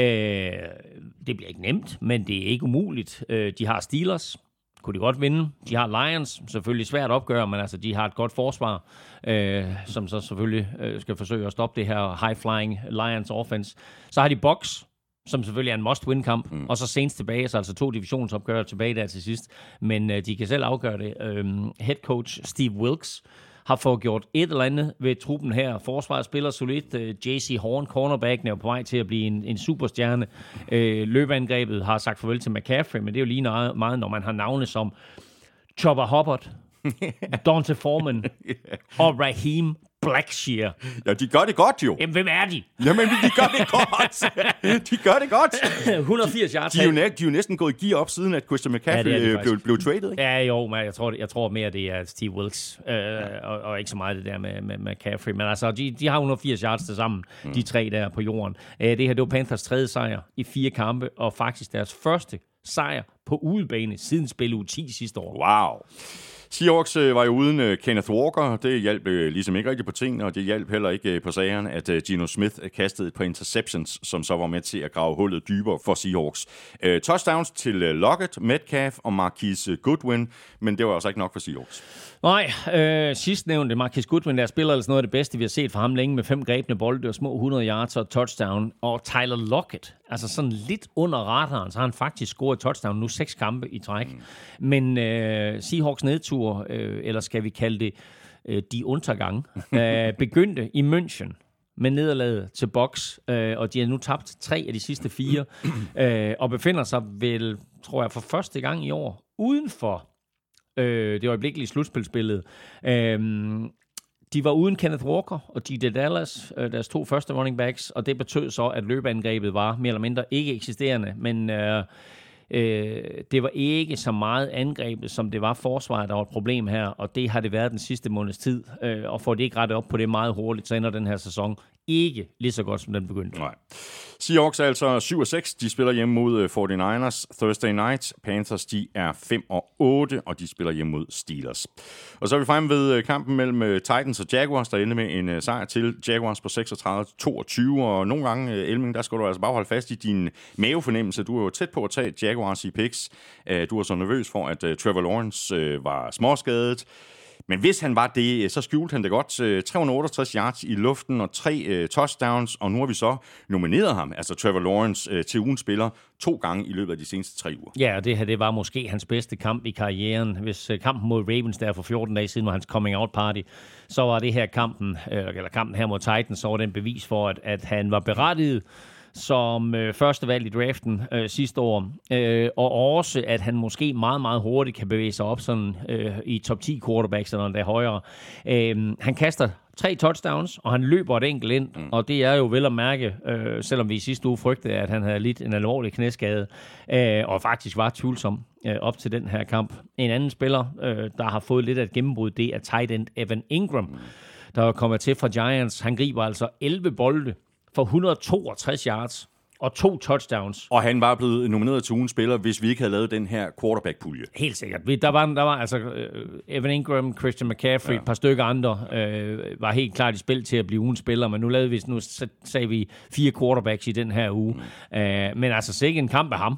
[SPEAKER 3] Det bliver ikke nemt, men det er ikke umuligt. De har Steelers, kunne de godt vinde. De har Lions, selvfølgelig svært at opgøre, men altså, de har et godt forsvar, som så selvfølgelig skal forsøge at stoppe det her high-flying Lions offense. Så har de Bucks, som selvfølgelig er en must-win-kamp, og så Saints tilbage, så altså 2 divisionsopgør tilbage der til sidst. Men de kan selv afgøre det. Head coach Steve Wilks har fået gjort et eller andet ved truppen her. Forsvaret spiller solidt. J.C. Horn, cornerbacken, er på vej til at blive en superstjerne. Løbeangrebet har sagt farvel til McCaffrey, men det er jo lige meget, når man har navne som Chopper Hubbard, Dante Foreman og Raheem Blackshear.
[SPEAKER 2] Ja, de gør det godt jo.
[SPEAKER 3] Jamen, hvem er de?
[SPEAKER 2] Jamen, de gør det godt. De gør det godt.
[SPEAKER 3] 180 yards.
[SPEAKER 2] De er jo næsten gået gear op, siden at Christian McCaffrey blev traded, ikke?
[SPEAKER 3] Ja, jo, men jeg tror mere, det er Steve Wilks, og ikke så meget det der med McCaffrey. Men altså, de har 180 yards til sammen, de 3 der på jorden. Det her, det var Panthers 3. sejr i 4 kampe, og faktisk deres første sejr på udebane siden spil uge 10 sidste år.
[SPEAKER 2] Wow. Seahawks var jo uden Kenneth Walker. Det hjalp ligesom ikke rigtig på tingene, og det hjalp heller ikke på sageren, at Geno Smith kastede et par interceptions, som så var med til at grave hullet dybere for Seahawks. Touchdowns til Lockett, Metcalf og Marquise Goodwin, men det var altså ikke nok for Seahawks.
[SPEAKER 3] Nej, sidstnævnte Marquise Goodwin, der spiller altså noget af det bedste, vi har set fra ham længe, med 5 grebne bolde og små 100 yards og touchdown. Og Tyler Lockett, altså sådan lidt under radaren, så har han faktisk scoret touchdown nu 6 kampe i træk. Men Seahawks nedtur, eller skal vi kalde det de undergange, begyndte i München med nederlaget til Bucks, og de har nu tabt 3 af de sidste 4, og befinder sig vel, tror jeg, for første gang i år uden for det øjeblikkelige slutspilsbillede. De var uden Kenneth Walker og DJ Dallas, deres 2 første running backs, og det betød så, at løbeangrebet var mere eller mindre ikke eksisterende, men det var ikke så meget angrebet, som det var forsvaret, der var et problem her, og det har det været den sidste måneds tid, og får det ikke rettet op på det meget hurtigt, så ender den her sæson ikke lige så godt, som den begyndte.
[SPEAKER 2] Nej. Seahawks er altså 7-6. De spiller hjemme mod 49ers Thursday night. Panthers, de er 5-8, og de spiller hjemme mod Steelers. Og så er vi fremme ved kampen mellem Titans og Jaguars, der ender med en sejr til Jaguars på 36-22. Og nogle gange, Elming, der skal du altså bare holde fast i din mavefornemmelse. Du er jo tæt på at tage Jaguars i picks. Du er så nervøs for, at Trevor Lawrence var småskadet. Men hvis han var det, så skjulte han det godt. 368 yards i luften og 3 touchdowns, og nu har vi så nomineret ham, altså Trevor Lawrence, til ugens spiller 2 gange i løbet af de seneste 3 uger.
[SPEAKER 3] Ja, og det her, det var måske hans bedste kamp i karrieren. Hvis kampen mod Ravens der for 14 dage siden var hans coming-out party, så var det her kampen her mod Titans, så var den bevis for, at han var berettiget som første valg i draften sidste år, og også, at han måske meget, meget hurtigt kan bevæge sig op sådan, i top 10 quarterbacks, eller der højere. Han kaster 3 touchdowns, og han løber et enkelt ind, og det er jo vel at mærke, selvom vi i sidste uge frygtede, at han havde lidt en alvorlig knæskade, og faktisk var tvivlsom op til den her kamp. En anden spiller, der har fået lidt af et gennembrud, det er tight end Evan Ingram, der kommer til fra Giants. Han griber altså 11 bolde for 162 yards og 2 touchdowns.
[SPEAKER 2] Og han var blevet nomineret til ugens spiller, hvis vi ikke havde lavet den her quarterback-pulje.
[SPEAKER 3] Helt sikkert. Der var altså Evan Ingram, Christian McCaffrey, et par stykker andre, var helt klart i spil til at blive ugens spiller, men nu sagde vi 4 quarterbacks i den her uge. Men altså sikkert en kamp af ham.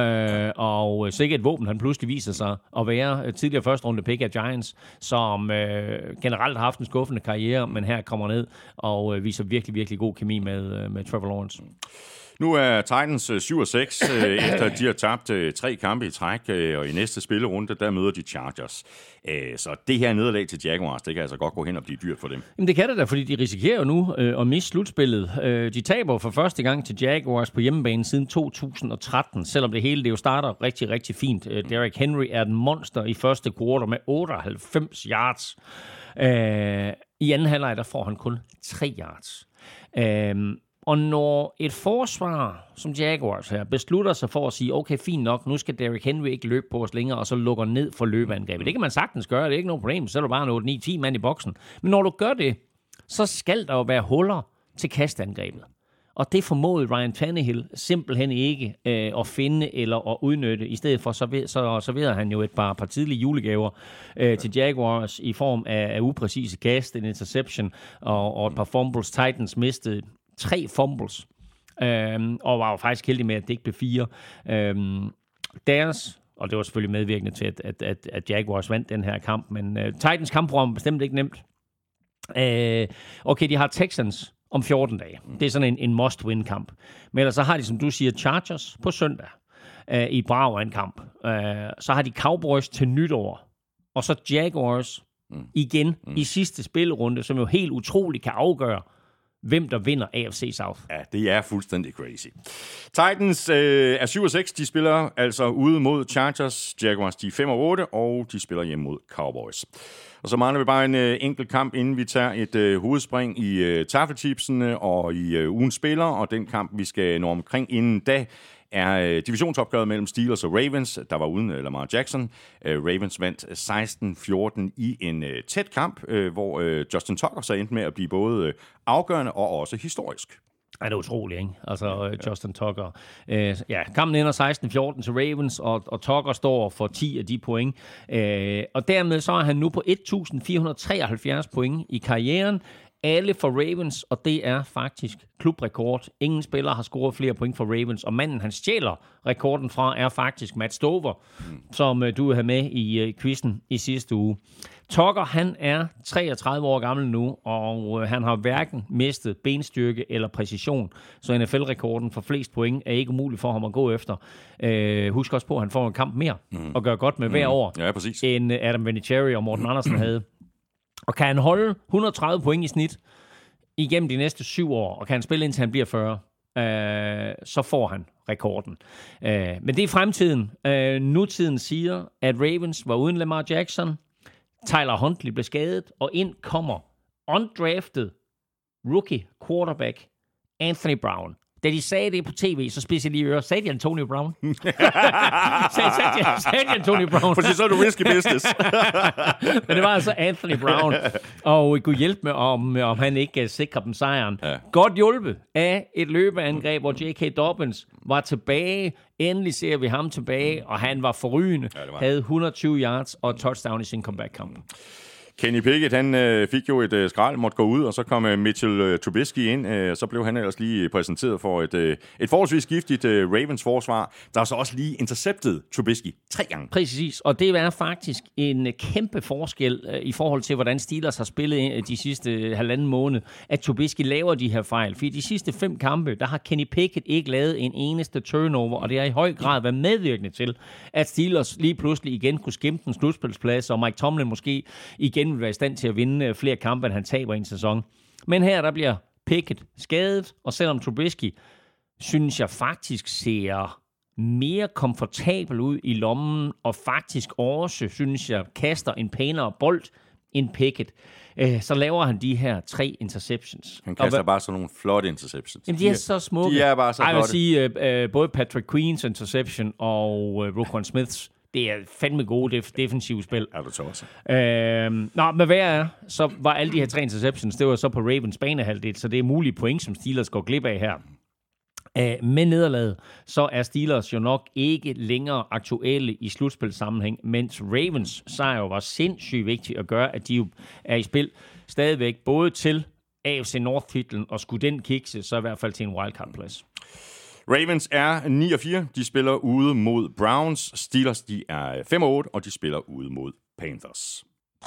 [SPEAKER 3] Og sikkert et våben, han pludselig viser sig at være tidligere første runde pick af Giants, som generelt har haft en skuffende karriere, men her kommer ned og viser virkelig, virkelig god kemi med Trevor Lawrence.
[SPEAKER 2] Nu er Titans 7-6, efter de har tabt 3 kampe i træk, og i næste spillerunde, der møder de Chargers. Så det her nederlag til Jaguars, det kan altså godt gå hen og blive dyrt for dem.
[SPEAKER 3] Jamen det kan det da, fordi de risikerer jo nu at miste slutspillet. De taber for første gang til Jaguars på hjemmebane siden 2013, selvom det hele det jo starter rigtig, rigtig fint. Derrick Henry er et monster i første kvartal med 98 yards. I anden halvleg, der får han kun 3 yards. Og når et forsvar som Jaguars her beslutter sig for at sige, okay, fint nok, nu skal Derrick Henry ikke løbe på os længere, og så lukker ned for løbeangrebet. Det kan man sagtens gøre, det er ikke noget problem, så er du bare 8-9-10 mand i boksen. Men når du gør det, så skal der jo være huller til kastangrebet. Og det formåede Ryan Tannehill simpelthen ikke at finde eller at udnytte. I stedet for, så serverede han jo et par tidlige julegaver til Jaguars i form af upræcise kast, en interception og et par fumbles. Titans mistede 3 fumbles, og var jo faktisk heldig med, at det ikke blev 4. Deres, og det var selvfølgelig medvirkende til, at Jaguars vandt den her kamp, men Titans kampprogram er bestemt ikke nemt. Okay, de har Texans om 14 dage. Det er sådan en must-win-kamp. Men ellers så har de, som du siger, Chargers på søndag i Brav-kamp. Så har de Cowboys til nytår, og så Jaguars igen i sidste spillerunde, som jo helt utroligt kan afgøre, hvem der vinder AFC South.
[SPEAKER 2] Ja, det er fuldstændig crazy. Titans er 7-6. De spiller altså ude mod Chargers. Jaguars, de er 5-8, og de spiller hjemme mod Cowboys. Og så mangler vi bare en enkelt kamp, inden vi tager et hovedspring i taffelchipsene og i ugens spiller. Og den kamp, vi skal nå omkring inden da, er divisionsopgøret mellem Steelers og Ravens, der var uden Lamar Jackson. Ravens vandt 16-14 i en tæt kamp, hvor Justin Tucker så endte med at blive både afgørende og også historisk.
[SPEAKER 3] Ja, det er utroligt, ikke? Altså, Justin Tucker. Kampen ender 16-14 til Ravens, og Tucker står for 10 af de point. Og dermed så er han nu på 1.473 point i karrieren. Alle for Ravens, og det er faktisk klubrekord. Ingen spiller har scoret flere point for Ravens, og manden, han stjæler rekorden fra, er faktisk Matt Stover, som du havde med i quizzen i sidste uge. Tucker, han er 33 år gammel nu, og han har hverken mistet benstyrke eller præcision, så NFL-rekorden for flest point er ikke umuligt for ham at gå efter. Husk også på, at han får en kamp mere og gør godt med hver år, end Adam Vinatieri og Morten Andersen havde. Og kan han holde 130 point i snit igennem de næste 7 år, og kan han spille indtil han bliver 40, så får han rekorden. Men det er fremtiden. Nutiden siger, at Ravens var uden Lamar Jackson. Tyler Huntley blev skadet, og ind kommer undrafted rookie quarterback Anthony Brown. da de sagde det på tv, så spidser de ører. Sagde de Antonio Brown? sagde de Antonio Brown?
[SPEAKER 2] Fordi så er du risky business.
[SPEAKER 3] Men det var altså Anthony Brown. Og kunne hjælpe med, om han ikke sikrer dem sejren. Ja. Godt hjulpet af et løbeangreb, hvor J.K. Dobbins var tilbage. Endelig ser vi ham tilbage, og han var forrygende. Ja, havde 120 yards og touchdown i sin comeback-kamp.
[SPEAKER 2] Kenny Pickett, han fik jo et skrald, måtte gå ud, og så kom Mitchell Trubisky ind. Så blev han ellers lige præsenteret for et forholdsvis giftigt Ravens-forsvar, der så også lige interceptet Trubisky 3 gange.
[SPEAKER 3] Præcis, og det er faktisk en kæmpe forskel i forhold til, hvordan Steelers har spillet de sidste halvanden måned, at Trubisky laver de her fejl. For i de sidste 5 kampe, der har Kenny Pickett ikke lavet en eneste turnover, og det har i høj grad været medvirkende til, at Steelers lige pludselig igen kunne skimpe en slutspilsplads, og Mike Tomlin måske igen vil være i stand til at vinde flere kampe, end han taber i en sæson. Men her, der bliver Pickett skadet, og selvom Trubisky, synes jeg faktisk ser mere komfortabel ud i lommen, og faktisk også, synes jeg, kaster en pænere bold end Pickett, så laver han de her 3 interceptions.
[SPEAKER 2] Han kaster bare sådan nogle flotte interceptions.
[SPEAKER 3] Jamen, de er så smukke.
[SPEAKER 2] De er bare så flotte. Jeg
[SPEAKER 3] vil sige, både Patrick Queens interception og Roquan Smiths, det er fandme gode defensive spil.
[SPEAKER 2] Er du så også?
[SPEAKER 3] Men hvad er, så var alle de her 3 interceptions, det var så på Ravens banehalvdel, så det er mulige point, som Steelers går glip af her. Med nederlaget, så er Steelers jo nok ikke længere aktuelle i slutspilssammenhæng, mens Ravens sejr var sindssygt vigtigt at gøre, at de jo er i spil stadigvæk, både til AFC North-titlen, og skulle den kikse, så i hvert fald til en wildcard-plads.
[SPEAKER 2] Ravens er 9-4. De spiller ude mod Browns. Steelers, de er 5-8, og de spiller ude mod Panthers.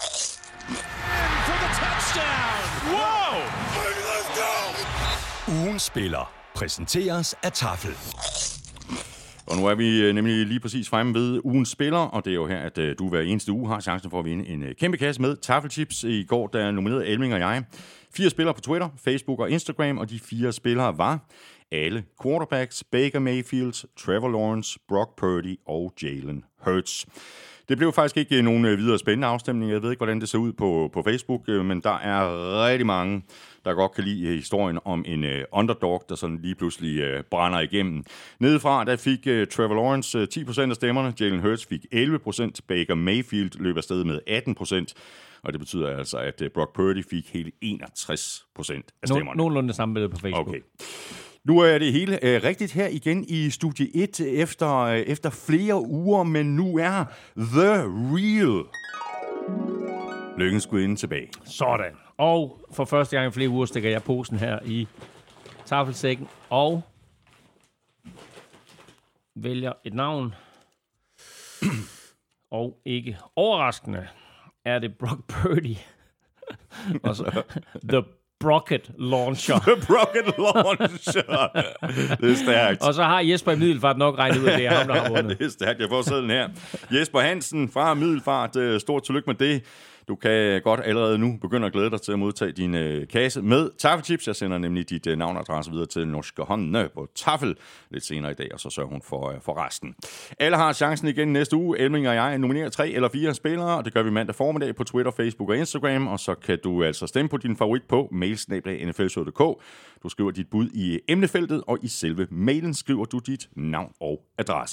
[SPEAKER 5] Ugen spiller præsenteres af Tafel.
[SPEAKER 2] Og nu er vi nemlig lige præcis fremme ved ugens spiller, og det er jo her, at du hver eneste uge har chancen for at vinde en kæmpe kasse med Tafelchips. I går, der nominerede Elming og jeg 4 spillere på Twitter, Facebook og Instagram, og de 4 spillere var alle quarterbacks: Baker Mayfield, Trevor Lawrence, Brock Purdy og Jalen Hurts. Det blev faktisk ikke nogen videre spændende afstemning. Jeg ved ikke, hvordan det ser ud på Facebook, men der er rigtig mange, der godt kan lide historien om en underdog, der sådan lige pludselig brænder igennem. Nedefra, der fik Trevor Lawrence 10% af stemmerne, Jalen Hurts fik 11%, Baker Mayfield løb afsted med 18%, og det betyder altså, at Brock Purdy fik hele 61% af stemmerne.
[SPEAKER 3] Nogenlunde samme billede på Facebook.
[SPEAKER 2] Okay. Nu er det hele rigtigt her igen i Studie 1 efter flere uger, men nu er The Real Lykkens Gudinde tilbage.
[SPEAKER 3] Sådan. Og for første gang i flere uger stikker jeg posen her i tafelsækken og vælger et navn. Og ikke overraskende er det Brock Purdy. Og så The Brocket Launcher.
[SPEAKER 2] The Brocket Launcher. Det er stærkt.
[SPEAKER 3] Og så har Jesper i Middelfart nok regnet ud, at det er ham, der har vundet.
[SPEAKER 2] Det er stærkt. Jeg får sædlen her. Jesper Hansen fra Middelfart. Stort tillykke med det. Du kan godt allerede nu begynde at glæde dig til at modtage din kasse med Tafelchips. Jeg sender nemlig dit navn og adresse videre til Norske Håndene på Tafel lidt senere i dag, og så sørger hun for resten. Alle har chancen igen næste uge. Elming og jeg nominerer 3 eller 4 spillere, og det gør vi mandag formiddag på Twitter, Facebook og Instagram, og så kan du altså stemme på din favorit på mail@nflshow.dk. Du skriver dit bud i emnefeltet, og i selve mailen skriver du dit navn og adresse.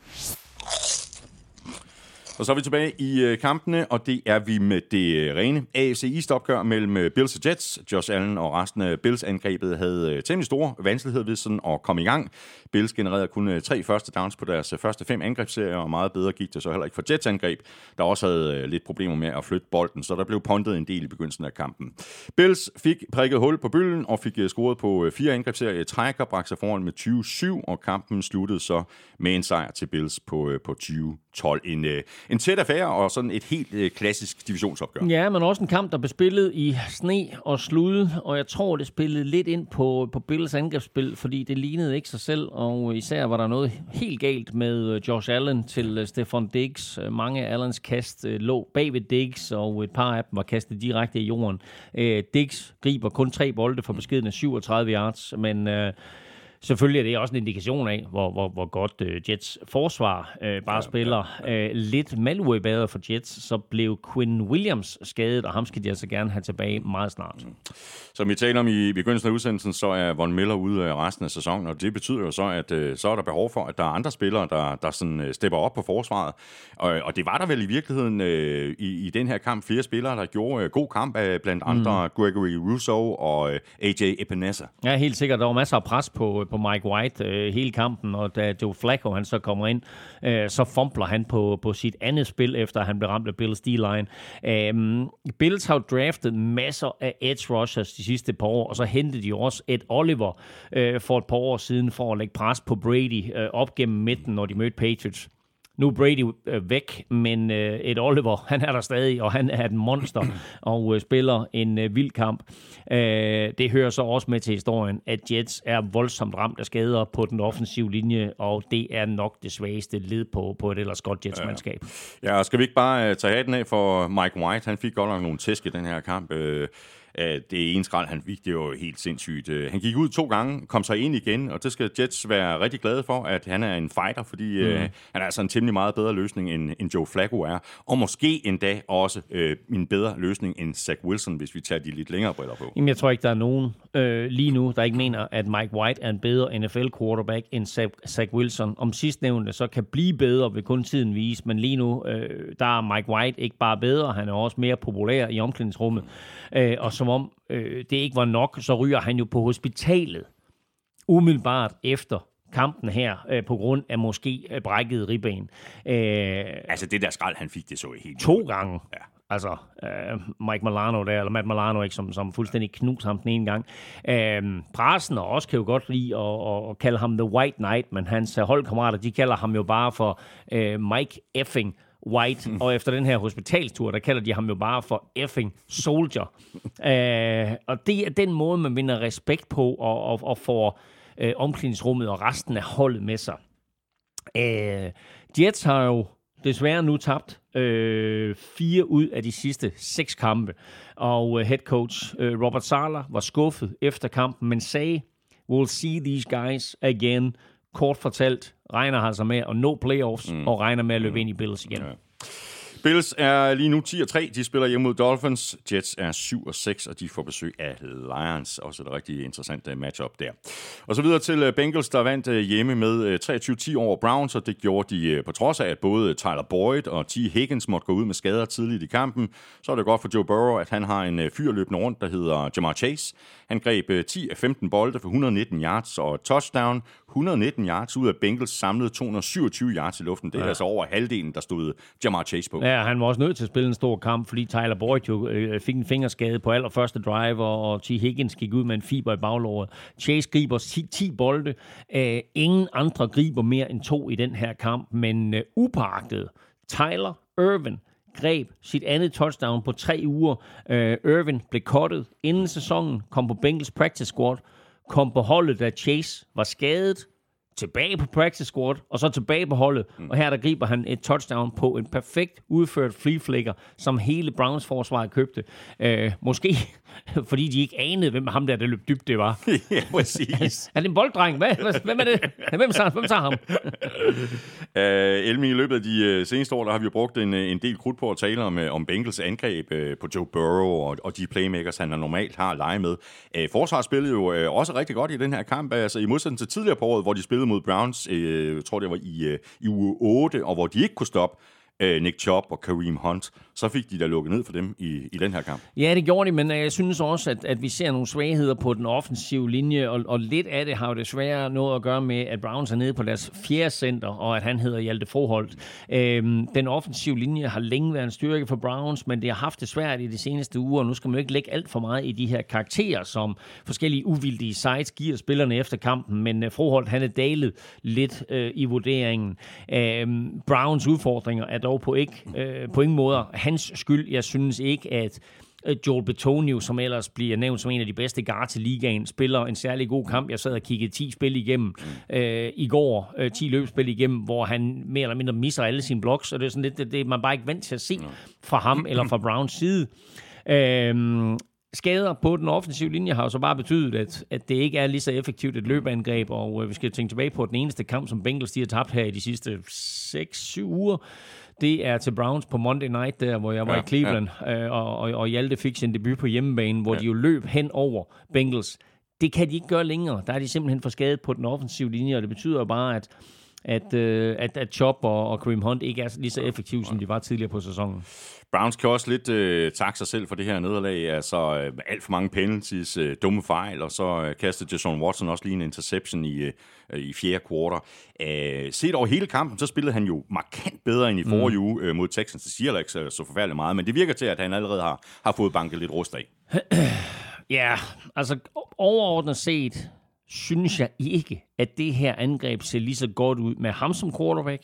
[SPEAKER 2] Og så er vi tilbage i kampene, og det er vi med det rene AFC East-opgør mellem Bills og Jets. Josh Allen og resten af Bills-angrebet havde temmelig store vanskeligheder ved sådan at komme i gang. Bills genererede kun 3 første downs på deres første 5 angrebsserier, og meget bedre gik det så heller ikke for Jets angreb, der også havde lidt problemer med at flytte bolden, så der blev puntet en del i begyndelsen af kampen. Bills fik prikket hul på bølgen og fik scoret på 4 angrebsserier i træk og bragte sig foran med 20-7, og kampen sluttede så med en sejr til Bills på 20-12. En tæt affære og sådan et helt klassisk divisionsopgør.
[SPEAKER 3] Ja, men også en kamp, der blev spillet i sne og slud, og jeg tror, det spillede lidt ind på Bills angrebsspil, fordi det lignede ikke sig selv, og især var der noget helt galt med Josh Allen til Stefon Diggs. Mange af Allens kast lå bag ved Diggs, og et par af dem var kastet direkte i jorden. Diggs griber kun 3 bolde for beskeden af 37 yards, men Selvfølgelig er det også en indikation af, hvor godt Jets forsvar spiller. Lidt malware bedre for Jets, så blev Quinn Williams skadet, og ham skal de altså gerne have tilbage meget snart.
[SPEAKER 2] Som vi taler om i begyndelsen af udsendelsen, så er Von Miller ude af resten af sæsonen, og det betyder jo så, at så er der behov for, at der er andre spillere, der sådan stepper op på forsvaret. Og det var der vel i virkeligheden i den her kamp flere spillere, der gjorde god kamp af blandt andre Gregory Rousseau og AJ Epinesa.
[SPEAKER 3] Ja, helt sikkert. Der var masser af pres på Mike White hele kampen, og da Joe Flacco han så kommer ind, så fumbler han på sit andet spil, efter han blev ramt af Bills D-line. Bills har draftet masser af edge rushers de sidste par år, og så hentede de også Ed Oliver for et par år siden for at lægge pres på Brady op gennem midten, når de mødte Patriots. Nu er Brady væk, men Ed Oliver, han er der stadig, og han er et monster og spiller en vild kamp. Det hører så også med til historien, at Jets er voldsomt ramt af skader på den offensive linje, og det er nok det svageste led på et ellers godt Jets-mandskab.
[SPEAKER 2] Ja, og skal vi ikke bare tage hatten af for Mike White? Han fik godt nok nogle tæsk i den her kamp. Det ene skrald, han fik, det var helt sindssygt. Han gik ud 2 gange, kom sig ind igen, og det skal Jets være rigtig glade for, at han er en fighter, fordi han er altså en temmelig meget bedre løsning, end Joe Flacco er. Og måske endda også en bedre løsning end Zach Wilson, hvis vi tager de lidt længere briller på.
[SPEAKER 3] Jamen, jeg tror ikke, der er nogen lige nu, der ikke mener, at Mike White er en bedre NFL-quarterback end Zach Wilson. Om sidstnævnte så kan blive bedre, vil kun tiden vise, men lige nu, der er Mike White ikke bare bedre, han er også mere populær i omklædningsrummet. Og som om det ikke var nok, så ryger han jo på hospitalet umiddelbart efter kampen her, på grund af måske brækket ribben.
[SPEAKER 2] Altså det der skrald, han fik, det så helt
[SPEAKER 3] 2 gange. Ja. Altså, Mike Milano der, eller Matt Milano, ikke, som fuldstændig knuste ham den ene gang. Pressen og også kan jo godt lide at kalde ham The White Knight, men hans holdkammerater, de kalder ham jo bare for Mike effing White, og efter den her hospitalstur, der kalder de ham jo bare for effing soldier. Og det er den måde, man vinder respekt på og får omklædningsrummet og resten af holdet med sig. Jets har jo desværre nu tabt 4 ud af de sidste 6 kampe, og head coach Robert Saleh var skuffet efter kampen, men sagde, we'll see these guys again. Kort fortalt regner han sig med at nå playoffs og regner med at løbe ind i Bills igen.
[SPEAKER 2] Ja. Bills er lige nu 10-3. De spiller hjemme mod Dolphins. Jets er 7-6, og de får besøg af Lions. Også et rigtig interessant matchup der. Og så videre til Bengals, der vandt hjemme med 23-10 over Browns, og det gjorde de på trods af, at både Tyler Boyd og T. Higgins måtte gå ud med skader tidligt i kampen. Så er det godt for Joe Burrow, at han har en fyr løbende rundt, der hedder Jamar Chase. Han greb 10 af 15 bolde for 119 yards og touchdown. 119 yards ud af Bengals samlede 227 yards i luften. Det er altså over halvdelen, der stod Jamar Chase på.
[SPEAKER 3] Ja, han var også nødt til at spille en stor kamp, fordi Tyler Boyd jo fik en fingerskade på allerførste drive, og T. Higgins gik ud med en fiber i baglåret. Chase griber 10 bolde. Ingen andre griber mere end 2 i den her kamp, men upåagtet Tyler Ervin greb sit andet touchdown på 3 uger. Ervin blev cuttet inden sæsonen, kom på Bengals practice squad, kom på holdet, da Chase var skadet, tilbage på practice squad, og så tilbage på holdet. Og her der griber han et touchdown på en perfekt udført flea flicker, som hele Browns forsvar købte. Måske fordi de ikke anede, hvem ham der løb dybt det var.
[SPEAKER 2] Ja, præcis.
[SPEAKER 3] Er det en bolddreng? Hvem er det? Hvem tager ham?
[SPEAKER 2] Elming, i løbet af de seneste år, der har vi jo brugt en del krudt på at tale om Bengals angreb på Joe Burrow og de playmakers, han normalt har at lege med. Forsvaret spillede jo også rigtig godt i den her kamp, altså i modsætning til tidligere på året, hvor de spillede mod Browns, jeg tror det var i uge 8, og hvor de ikke kunne stoppe Nick Chubb og Kareem Hunt, så fik de da lukket ned for dem i den her kamp.
[SPEAKER 3] Ja, det gjorde de, men jeg synes også, at vi ser nogle svagheder på den offensive linje, og lidt af det har jo desværre noget at gøre med, at Browns er nede på deres 4. center, og at han hedder Hjalte Froholt. Den offensive linje har længe været en styrke for Browns, men det har haft det svært i de seneste uger, og nu skal man jo ikke lægge alt for meget i de her karakterer, som forskellige uvildige sites giver spillerne efter kampen, men Froholt, han er dalet lidt i vurderingen. Browns udfordringer er dog på ingen måde hans skyld. Jeg synes ikke, at Joel Bitonio, som ellers bliver nævnt som en af de bedste guards i ligaen, spiller en særlig god kamp. Jeg sad og kiggede 10 spil igennem i går, 10 løbspil igennem, hvor han mere eller mindre misser alle sine blocks, og det er sådan lidt, det er man bare ikke vant til at se fra ham eller fra Browns side. skader på den offensive linje har jo så bare betydet, at det ikke er lige så effektivt et løbeangreb, og vi skal tænke tilbage på den eneste kamp, som Bengals de har tabt her i de sidste 6-7 uger. Det er til Browns på Monday Night, der hvor jeg var i Cleveland, og Hjalte fik sin debut på hjemmebane, hvor de jo løb hen over Bengals. Det kan de ikke gøre længere. Der er de simpelthen for skadet på den offensive linje, og det betyder jo bare, at Chop og Kareem Hunt ikke er lige så effektive, som de var tidligere på sæsonen.
[SPEAKER 2] Browns kan også lidt takke sig selv for det her nederlag. Altså alt for mange penalties, dumme fejl, og så kastede Deshaun Watson også lige en interception i fjerde kvartal. Set over hele kampen, så spillede han jo markant bedre end i forrige uge mod Texans. Det siger ikke så forfærdeligt meget, men det virker til, at han allerede har fået banket lidt rust af.
[SPEAKER 3] Ja, altså overordnet set synes jeg ikke, at det her angreb ser lige så godt ud med ham som quarterback,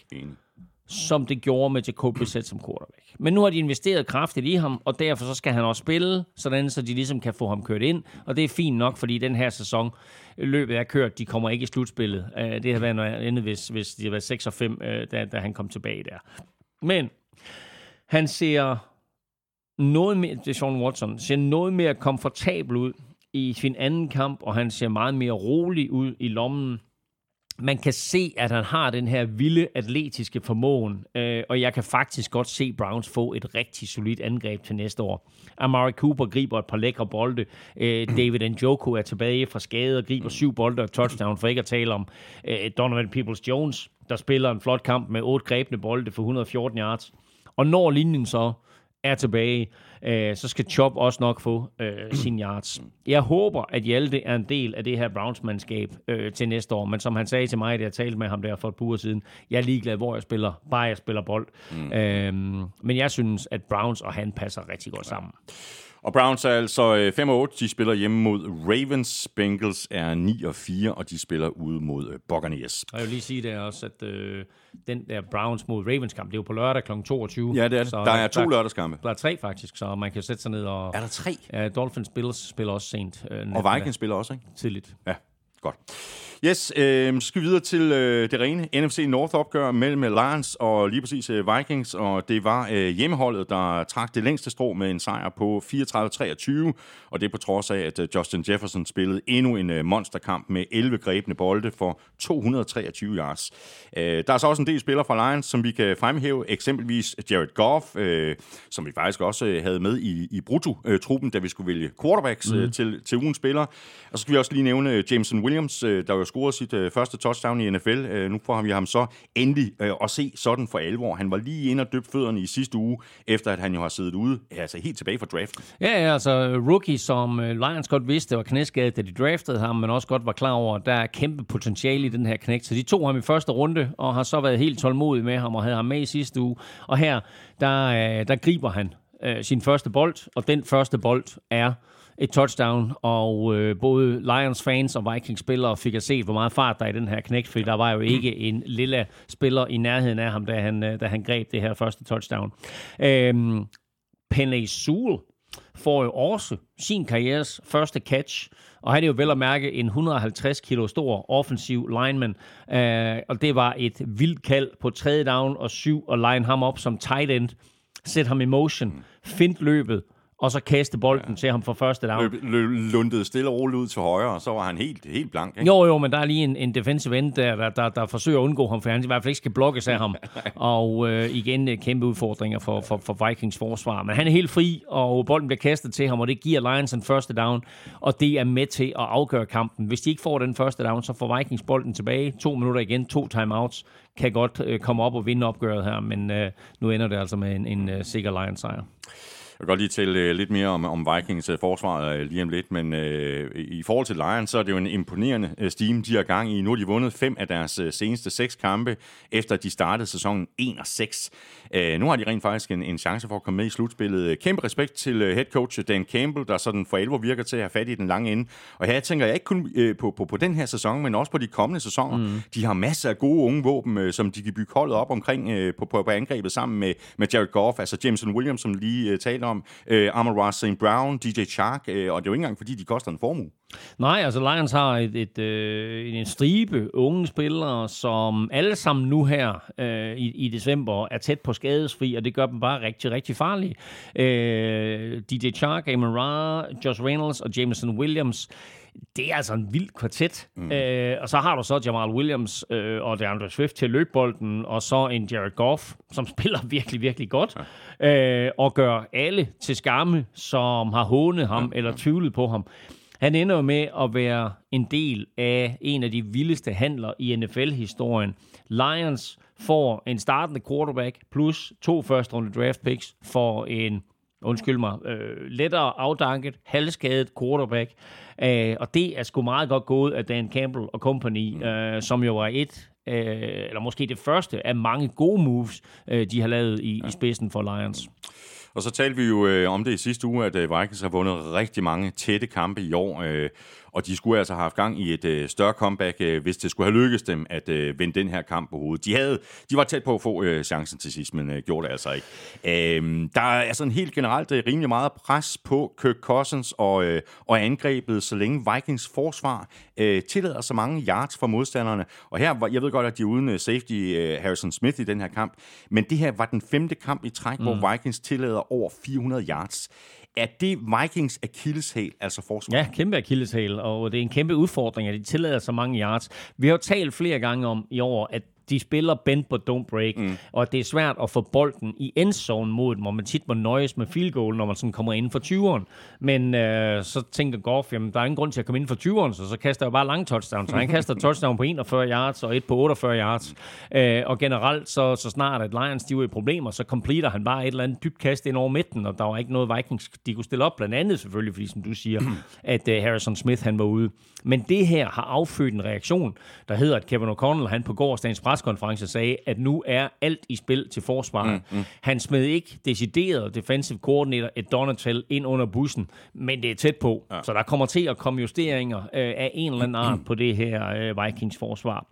[SPEAKER 3] som det gjorde med Jacoby Brissett som quarterback. Men nu har de investeret kraftigt i ham, og derfor så skal han også spille, sådan så de ligesom kan få ham kørt ind. Og det er fint nok, fordi den her sæson, løbet er kørt, de kommer ikke i slutspillet. Det har været noget andet, hvis de har været 6-5, da han kom tilbage der. Men han ser noget mere, Deshaun Watson, ser noget mere komfortabel ud i sin anden kamp, og han ser meget mere rolig ud i lommen. Man kan se, at han har den her vilde atletiske formåen, og jeg kan faktisk godt se Browns få et rigtig solidt angreb til næste år. Amari Cooper griber et par lækre bolde. David Njoku er tilbage fra skade og griber 7 bolde og touchdown, for ikke at tale om Donovan Peoples-Jones, der spiller en flot kamp med 8 grebne bolde for 114 yards. Og når linjen så er tilbage, så skal Chop også nok få sine yards. Jeg håber, at Hjalte er en del af det her Browns-mandskab til næste år, men som han sagde til mig, da jeg talte med ham der for et par uger siden, jeg er ligeglad, hvor jeg spiller, bare jeg spiller bold. Men jeg synes, at Browns og han passer rigtig godt sammen.
[SPEAKER 2] Og Browns er altså 5-8, de spiller hjemme mod Ravens. Bengals er 9-4, og de spiller ude mod Buccaneers.
[SPEAKER 3] Og jeg vil lige sige der også, at den der Browns mod Ravens kamp, det er jo på lørdag kl. 22.
[SPEAKER 2] Ja, det er det. Der er 2 lørdagskampe.
[SPEAKER 3] Der er 3 faktisk, så man kan sætte sig ned og...
[SPEAKER 2] Er der 3?
[SPEAKER 3] Ja, Dolphins spiller også sent.
[SPEAKER 2] Og Vikings spiller også, ikke?
[SPEAKER 3] Tidligt.
[SPEAKER 2] Ja, godt. Yes, så skal vi videre til det rene NFC North-opgør mellem Lions og lige præcis Vikings, og det var hjemmeholdet, der trak det længste strå med en sejr på 34-23, og det er på trods af, at Justin Jefferson spillede endnu en monsterkamp med 11 grebne bolde for 223 yards. Der er så også en del spillere fra Lions, som vi kan fremhæve, eksempelvis Jared Goff, som vi faktisk også havde med i Brutto-truppen, da vi skulle vælge quarterbacks til ugens spillere. Og så skal vi også lige nævne Jameson Williams, der jo scorede sit første touchdown i NFL. Nu får vi ham så endelig at se sådan for alvor. Han var lige inde og døbt fødderne i sidste uge, efter at han jo har siddet ude, altså helt tilbage fra draften.
[SPEAKER 3] Ja, altså rookie, som Lions godt vidste, var knæskadet, da de draftede ham, men også godt var klar over, at der er kæmpe potentiale i den her knægt. Så de tog ham i første runde, og har så været helt tålmodige med ham, og havde ham med i sidste uge. Og her, der griber han sin første bold, og den første bold er et touchdown, og både Lions fans og Vikings spillere fik at se, hvor meget fart der er i den her knægt, fordi der var jo ikke en lille spiller i nærheden af ham, da han greb det her første touchdown. Penei Sewell får jo også sin karrieres første catch, og han er jo vel at mærke en 150 kilo stor offensiv lineman, og det var et vildt kald på 3. down og 7, og line ham op som tight end, sæt ham i motion, find løbet, og så kaste bolden til ham for første down.
[SPEAKER 2] Lundede stille og roligt ud til højre, og så var han helt blank, ikke?
[SPEAKER 3] Jo, men der er lige en defensive end, der forsøger at undgå ham, for han i hvert fald ikke skal blokkes af ham. Og igen kæmpe udfordringer for Vikings forsvar. Men han er helt fri, og bolden bliver kastet til ham, og det giver Lions en første down, og det er med til at afgøre kampen. Hvis de ikke får den første down, så får Vikings bolden tilbage. 2 minutter igen, 2 timeouts, kan godt komme op og vinde opgøret her, men nu ender det altså med en sikker Lions-sejr.
[SPEAKER 2] Jeg kan godt lige tælle lidt mere om Vikings forsvar lige om lidt, men i forhold til Lions, så er det jo en imponerende stime, de har gang i. Nu har de vundet 5 af deres seneste 6 kampe, efter de startede sæsonen 1-6. Nu har de rent faktisk en chance for at komme med i slutspillet. Kæmpe respekt til head coach Dan Campbell, der sådan for alvor virker til at have fat i den lange ende. Og her tænker jeg ikke kun på den her sæson, men også på de kommende sæsoner. De har masser af gode unge våben, som de kan bygge holdet op omkring på angrebet sammen med Jared Goff, altså Jameson Williams, som lige talte om. Amon-Ra St. Brown, DJ Chark, og det er jo ikke engang, fordi de koster en formue.
[SPEAKER 3] Nej, altså Lions har en stribe unge spillere, som alle sammen nu her i december er tæt på skadesfri, og det gør dem bare rigtig, rigtig farlige. DJ Chark, Amon-Ra, Josh Reynolds og Jameson Williams, det er altså en vild kvartet. Og så har du så Jamal Williams og DeAndre Swift til løbbolden, og så en Jared Goff, som spiller virkelig, virkelig godt, og gør alle til skamme, som har hånet ham eller tvivlet på ham. Han ender jo med at være en del af en af de vildeste handler i NFL-historien. Lions får en startende quarterback plus 2 første-runde draft picks for en, lettere afdanket, halvskadet quarterback. Og det er sgu meget godt gået af Dan Campbell og company, som jo var eller måske det første af mange gode moves, de har lavet i spidsen for Lions.
[SPEAKER 2] Og så talte vi jo om det i sidste uge, at Vikings har vundet rigtig mange tætte kampe i år, og de skulle altså have haft gang i et større comeback, hvis det skulle have lykkedes dem at vinde den her kamp på hovedet. De var tæt på at få chancen til sidst, men gjorde det altså ikke. Der er altså en helt generelt rimelig meget pres på Kirk Cousins og angrebet, så længe Vikings forsvar tillader så mange yards for modstanderne. Og her, jeg ved godt, at de er uden safety Harrison Smith i den her kamp, men det her var den 5. kamp i træk, hvor Vikings tillader over 400 yards. Er det Vikings akilleshæl, altså forsvar?
[SPEAKER 3] Ja, kæmpe akilleshæl, og det er en kæmpe udfordring, at de tillader så mange yards. Vi har jo talt flere gange om i år, at de spiller bend but don't break, og det er svært at få bolden i endzone mod dem, hvor man tit må nøjes med field goal, når man sådan kommer inden for 20'eren. Men så tænker Goff, jamen der er ingen grund til at komme inden for 20'eren, så kaster jeg bare lange touchdowns. Så han kaster touchdown på 41 yards og et på 48 yards. Og generelt, så snart at Lions de var i problemer, så completer han bare et eller andet dybt kast ind over midten, og der var ikke noget Vikings, de kunne stille op, blandt andet selvfølgelig, fordi som du siger, at Harrison Smith han var ude. Men det her har affødt en reaktion, der hedder, at Kevin O'Connell, han på gårsdagens preskonference sagde, at nu er alt i spil til forsvaret. Han smed ikke decideret defensive coordinator Ed Donatel ind under bussen, men det er tæt på. Ja. Så der kommer til at komme justeringer af en eller anden art på det her Vikings forsvar.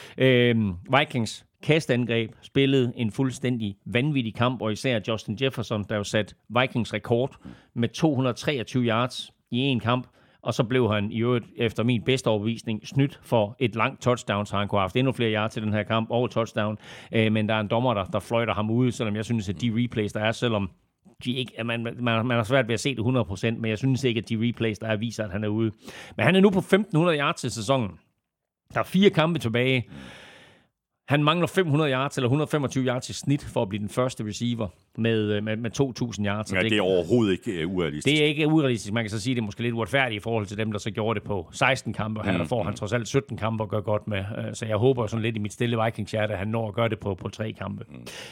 [SPEAKER 3] Vikings kastangreb spillede en fuldstændig vanvittig kamp, og især Justin Jefferson, der jo sat Vikings rekord med 223 yards i en kamp. Og så blev han i øvrigt, efter min bedste overbevisning, snydt for et langt touchdown, så han kunne have haft endnu flere yards til den her kamp over touchdown. Men der er en dommer, der fløjter ham ud, selvom jeg synes, at de replays, der er, selvom de ikke, man har svært ved at se det 100%, men jeg synes ikke, at de replays, der er, viser, at han er ude. Men han er nu på 1.500 yards til sæsonen. Der er 4 kampe tilbage. Han mangler 500 yards eller 125 yards i snit for at blive den første receiver med 2.000 yards.
[SPEAKER 2] Ja, det er overhovedet ikke urealistisk.
[SPEAKER 3] Det er ikke urealistisk. Man kan så sige, at det er måske lidt uretfærdigt i forhold til dem, der så gjorde det på 16 kampe. Og her får han trods alt 17 kampe at gøre godt med. Så jeg håber sådan lidt i mit stille Vikings-hjerte, at han når at gøre det på 3 kampe.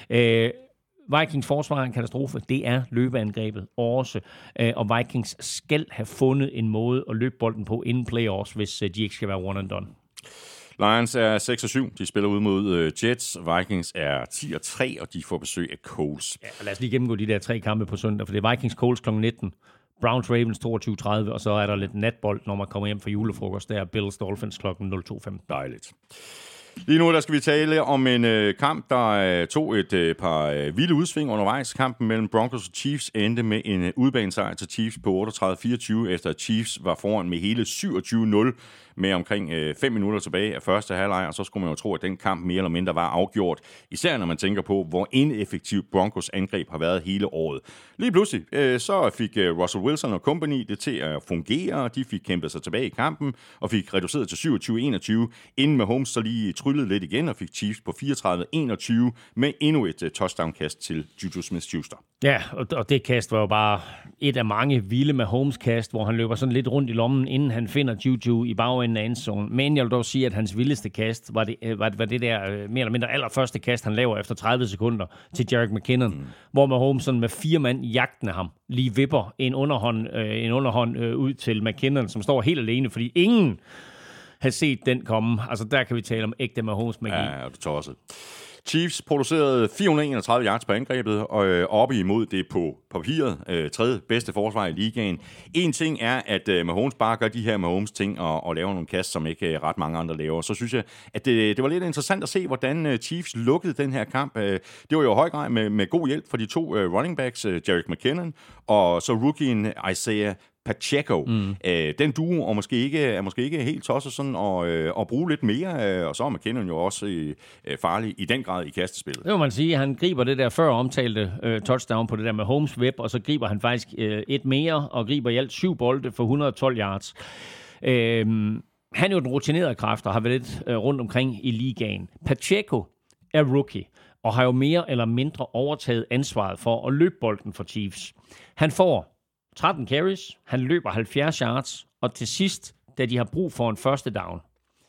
[SPEAKER 3] Vikings forsvar er en katastrofe. Det er løbeangrebet også. Og Vikings skal have fundet en måde at løbe bolden på inden playoffs, hvis de ikke skal være one and done.
[SPEAKER 2] Lions er 6-7. De spiller ud mod Jets. Vikings er 10-3, og de får besøg af Colts.
[SPEAKER 3] Ja, lad os lige gennemgå de der 3 kampe på søndag, for det er Vikings Colts kl. 19. Browns Ravens 22:30, og så er der lidt natbold, når man kommer hjem fra julefrokost. Der er Bills Dolphins kl. 02:15.
[SPEAKER 2] Dejligt. Lige nu der skal vi tale om en kamp, der tog et par vilde udsving undervejs. Kampen mellem Broncos og Chiefs endte med en udbanesejr til Chiefs på 38-24, efter at Chiefs var foran med hele 27-0 med omkring 5 minutter tilbage af første halvleg, og så skulle man jo tro, at den kamp mere eller mindre var afgjort. Især når man tænker på, hvor ineffektivt Broncos angreb har været hele året. Lige pludselig så fik Russell Wilson og company det til at fungere. De fik kæmpet sig tilbage i kampen og fik reduceret til 27-21, inden Mahomes så lige tryllede lidt igen og fik Chiefs på 34-21 med endnu et touchdown-kast til Juju Smith-Schuster.
[SPEAKER 3] Ja, og det kast var jo bare et af mange vilde Mahomes-kast, hvor han løber sådan lidt rundt i lommen, inden han finder Juju i bagenden af endzone. Men jeg vil dog sige, at hans vildeste kast var det der mere eller mindre allerførste kast, han laver efter 30 sekunder til Jerick McKinnon, hvor Mahomes sådan med 4 mand jagtende ham lige vipper en underhånd ud til McKinnon, som står helt alene, fordi ingen havde set den komme. Altså der kan vi tale om ægte Mahomes-magi.
[SPEAKER 2] Ja, det tosset. Chiefs producerede 431 yards på angrebet, og oppe imod det på papiret tredje bedste forsvar i ligaen. En ting er, at Mahomes bare gør de her Mahomes-ting og laver nogle kast, som ikke ret mange andre laver. Så synes jeg, at det var lidt interessant at se, hvordan Chiefs lukkede den her kamp. Det var jo i høj grad med god hjælp fra de to running backs, Jerick McKinnon, og så rookien Isaiah Pacheco. Den duo er måske ikke helt tosset sådan at bruge lidt mere, og så er McKinnon jo også farlig i den grad i kastespillet.
[SPEAKER 3] Det må man sige. Han griber det der før omtalte touchdown på det der med Holmes web, og så griber han faktisk et mere, og griber i alt 7 bolde for 112 yards. Han er jo den rutinerede kraft, og har været lidt rundt omkring i ligaen. Pacheco er rookie, og har jo mere eller mindre overtaget ansvaret for at løbe bolden for Chiefs. Han får 13 carries, han løber 70 yards, og til sidst, da de har brug for en første down,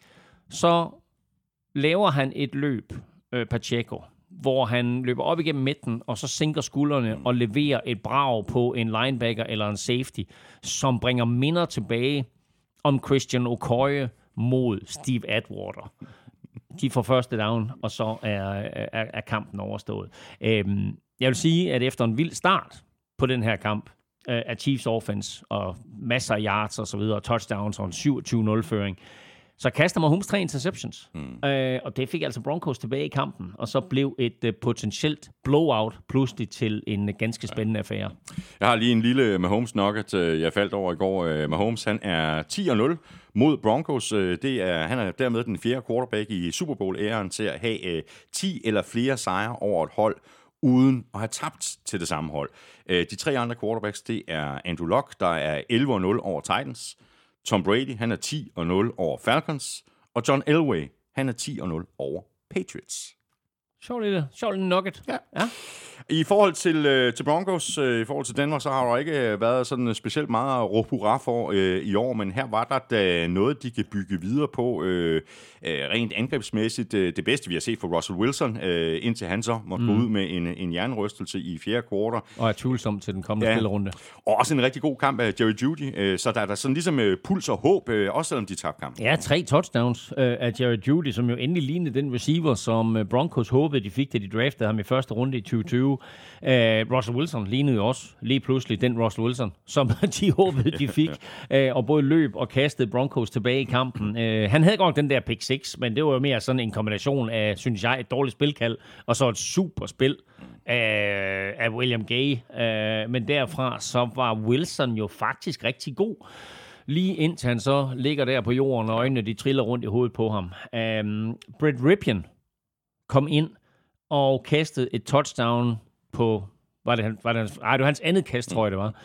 [SPEAKER 3] så laver han et løb, Pacheco, hvor han løber op igennem midten, og så sænker skuldrene og leverer et brag på en linebacker eller en safety, som bringer minder tilbage om Christian Okoye mod Steve Atwater. De får første down, og så er kampen overstået. Jeg vil sige, at efter en vild start på den her kamp, af Chiefs offense, og masser af yards og så videre, og touchdowns og en 27-0-føring, så kaster Mahomes 3 interceptions. Og det fik altså Broncos tilbage i kampen, og så blev et potentielt blowout pludselig til en ganske spændende affære.
[SPEAKER 2] Jeg har lige en lille Mahomes nugget, jeg faldt over i går. Mahomes, han er 10-0 mod Broncos. Han er dermed den 4. quarterback i Super Bowl-æren til at have 10 eller flere sejre over et hold, uden at have tabt til det samme hold. De 3 andre quarterbacks, det er Andrew Luck, der er 11-0 over Titans. Tom Brady, han er 10-0 over Falcons. Og John Elway, han er 10-0 over Patriots.
[SPEAKER 3] Sjov lille nugget.
[SPEAKER 2] Ja. I forhold til Broncos, i forhold til Danmark, så har der ikke været sådan specielt meget at råbe hurra for i år, men her var der da noget, de kan bygge videre på, rent angrebsmæssigt. Det bedste, vi har set for Russell Wilson, indtil han så måtte gå ud med en hjernerystelse i 4. kvartal.
[SPEAKER 3] Og er tvivlsom til den kommende spillerunde.
[SPEAKER 2] Og også en rigtig god kamp af Jerry Jeudy, så der er der sådan ligesom puls og håb, også selvom de tabte kampen.
[SPEAKER 3] Ja, 3 touchdowns af Jerry Jeudy, som jo endelig lignede den receiver, som Broncos håbede, de fik, da de draftede ham i første runde i 2020. Russell Wilson lignede jo også lige pludselig den Russell Wilson, som de håbede, de fik, og både løb og kastede Broncos tilbage i kampen. Han havde godt den der pick 6, men det var jo mere sådan en kombination af, synes jeg, et dårligt spilkald, og så et super spil af William Gay. Men derfra så var Wilson jo faktisk rigtig god, lige indtil han så ligger der på jorden, og øjnene de triller rundt i hovedet på ham. Brett Rypien kom ind og kastede et touchdown på, var det hans andet kast, tror jeg det var.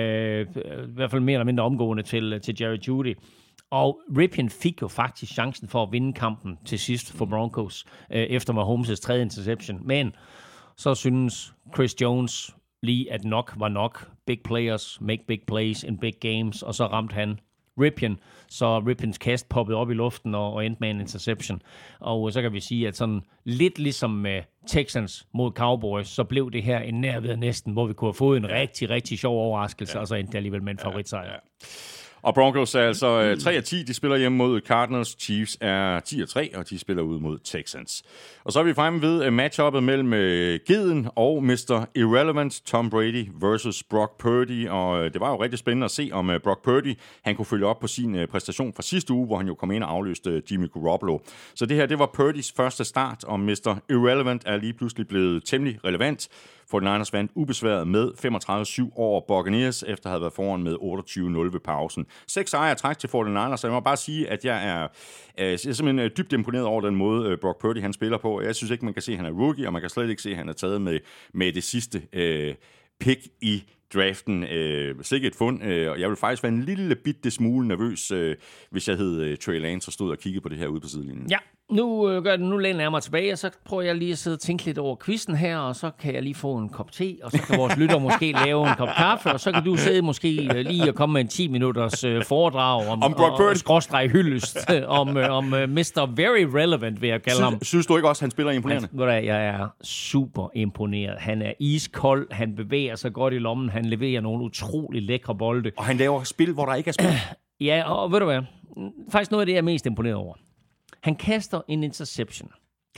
[SPEAKER 3] I hvert fald mere eller mindre omgående til Jerry Jeudy. Og Rypien fik jo faktisk chancen for at vinde kampen til sidst for Broncos, efter Mahomes' 3. interception. Men så synes Chris Jones lige, at nok var nok. Big players make big plays in big games, og så ramte han Rypien, så Rypiens kast poppede op i luften og endte med en interception. Og så kan vi sige, at sådan lidt ligesom med Texans mod Cowboys, så blev det her en nær ved næsten, hvor vi kunne have fået en rigtig, rigtig sjov overraskelse, og så endte det alligevel med en favoritsejr. Ja.
[SPEAKER 2] Og Broncos er altså 3-10, de spiller hjemme mod Cardinals. Chiefs er 10-3, og de spiller ud mod Texans. Og så er vi fremme ved matchuppet mellem Geden og Mr. Irrelevant, Tom Brady versus Brock Purdy. Og det var jo rigtig spændende at se, om Brock Purdy han kunne følge op på sin præstation fra sidste uge, hvor han jo kom ind og afløste Jimmy Garoppolo. Så det her, det var Purdys første start, og Mr. Irrelevant er lige pludselig blevet temmelig relevant. 49ers vandt ubesværet med 35-7 over Buccaneers, efter at have været foran med 28-0 ved pausen. 6 sejre træk til 49ers, så jeg må bare sige, at jeg er simpelthen dybt imponeret over den måde, Brock Purdy han spiller på. Jeg synes ikke, man kan se, at han er rookie, og man kan slet ikke se, at han er taget med det sidste pick i draften. Sikkert et fund, og jeg vil faktisk være en lille bitte smule nervøs, hvis jeg hed Trey Lance og stod og kiggede på det her ude på sidelinjen.
[SPEAKER 3] Ja, nu læner jeg mig tilbage, og så prøver jeg lige at sidde og tænke lidt over quizzen her, og så kan jeg lige få en kop te, og så kan vores lytter måske lave en kop kaffe, og så kan du sidde måske lige og komme med en 10 minutters foredrag om
[SPEAKER 2] Brock Purdy.
[SPEAKER 3] Skråstreg hyldest, om Mr. Very Relevant, vil jeg kalde ham.
[SPEAKER 2] Synes du ikke også, han spiller imponerende?
[SPEAKER 3] Jeg er super imponeret. Han er iskold, han bevæger sig godt i lommen, han leverer nogle utrolig lækre bolde.
[SPEAKER 2] Og han laver spil, hvor der ikke er spil.
[SPEAKER 3] Ja, og ved du hvad? Faktisk noget af det, jeg er mest imponeret over. Han kaster en interception.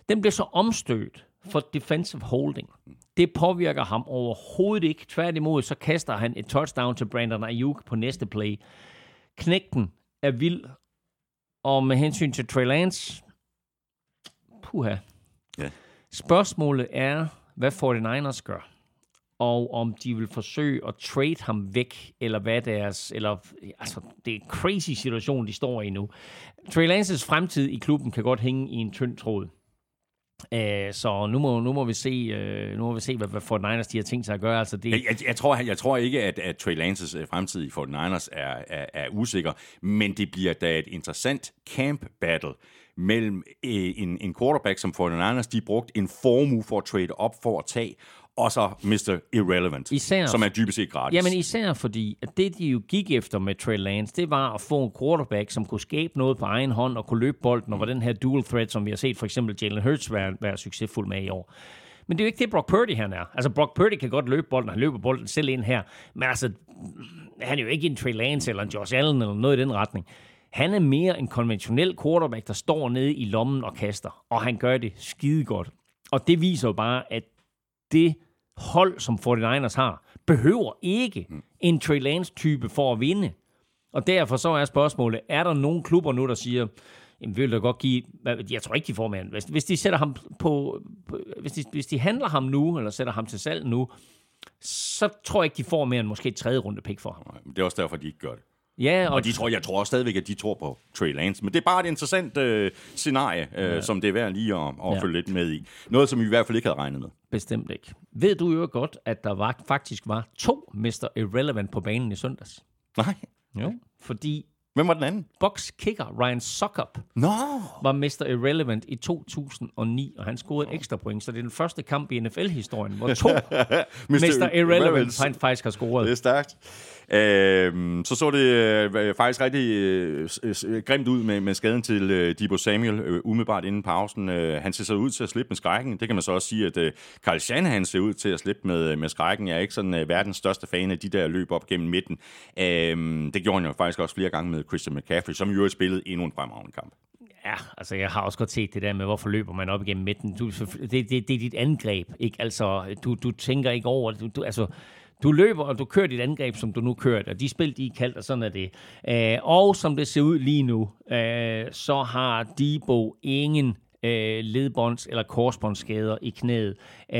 [SPEAKER 3] Den bliver så omstødt for defensive holding. Det påvirker ham overhovedet ikke. Tværtimod, så kaster han et touchdown til Brandon Ayuk på næste play. Knægten er vild, og med hensyn til Trey Lance, puha.
[SPEAKER 2] Ja.
[SPEAKER 3] Spørgsmålet er, hvad 49ers gør, og om de vil forsøge at trade ham væk, eller hvad deres, eller, altså, det er en crazy situation, de står i nu. Trey Lances fremtid i klubben kan godt hænge i en tynd tråd. Så nu må vi se, hvad 49ers de har tænkt sig at gøre. Altså det...
[SPEAKER 2] jeg tror ikke, at Trey Lances fremtid i 49ers er usikker, men det bliver da et interessant camp battle mellem en quarterback, som 49ers de brugte en formue for at trade op for at tage, og så Mr. Irrelevant, som er dybest set gratis.
[SPEAKER 3] Jamen især fordi, at det de jo gik efter med Trey Lance, det var at få en quarterback, som kunne skabe noget på egen hånd og kunne løbe bolden, og var den her dual threat, som vi har set for eksempel Jalen Hurts være succesfuld med i år. Men det er jo ikke det, Brock Purdy han er. Altså Brock Purdy kan godt løbe bolden, han løber bolden selv ind her, men altså, han er jo ikke en Trey Lance eller en Josh Allen eller noget i den retning. Han er mere en konventionel quarterback, der står nede i lommen og kaster, og han gør det skide godt. Og det viser jo bare, at det hold, som 49ers har, behøver ikke en Trey Lance-type for at vinde. Og derfor så er spørgsmålet, er der nogle klubber nu, der siger, jamen, vil da godt give, jeg tror ikke, de får mere. Hvis de sætter ham hvis de handler ham nu, eller sætter ham til salg nu, så tror jeg ikke, de får mere end måske et 3. runde pick for ham.
[SPEAKER 2] Det er også derfor, de ikke gør det.
[SPEAKER 3] Ja, og
[SPEAKER 2] jeg tror også stadigvæk, at de tror på Trey Lance. Men det er bare et interessant scenarie, som det er værd lige at følge lidt med i. Noget, som vi i hvert fald ikke havde regnet med.
[SPEAKER 3] Bestemt ikke. Ved du jo godt, at der faktisk var 2 Mr. Irrelevant på banen i søndags?
[SPEAKER 2] Nej.
[SPEAKER 3] Jo, fordi...
[SPEAKER 2] Hvem var den anden?
[SPEAKER 3] Bucks kicker Ryan Succop var Mr. Irrelevant i 2009, og han scorede et ekstra point, så det er den første kamp i NFL-historien, hvor 2 Mr. Irrelevant faktisk har scoret.
[SPEAKER 2] Det er stærkt. Så det faktisk rigtig grimt ud med skaden til Deebo Samuel umiddelbart inden pausen. Han ser så ud til at slippe med skrækken. Det kan man så også sige, at Kyle Shanahan ser ud til at slippe med skrækken. Jeg er ikke sådan verdens største fan af de der løb op gennem midten. Det gjorde han jo faktisk også flere gange med Christian McCaffrey, som jo har spillet endnu en fremragende kamp.
[SPEAKER 3] Ja, altså jeg har også godt set det der med, hvorfor løber man op igennem midten. Det er dit angreb, ikke? Altså, du tænker ikke over det. Du løber, og du kører dit angreb, som du nu kørte, og de spil, de er kaldt, og sådan er det. Og som det ser ud lige nu, så har Deebo ingen ledbånds- eller korsbåndsskader i knæet.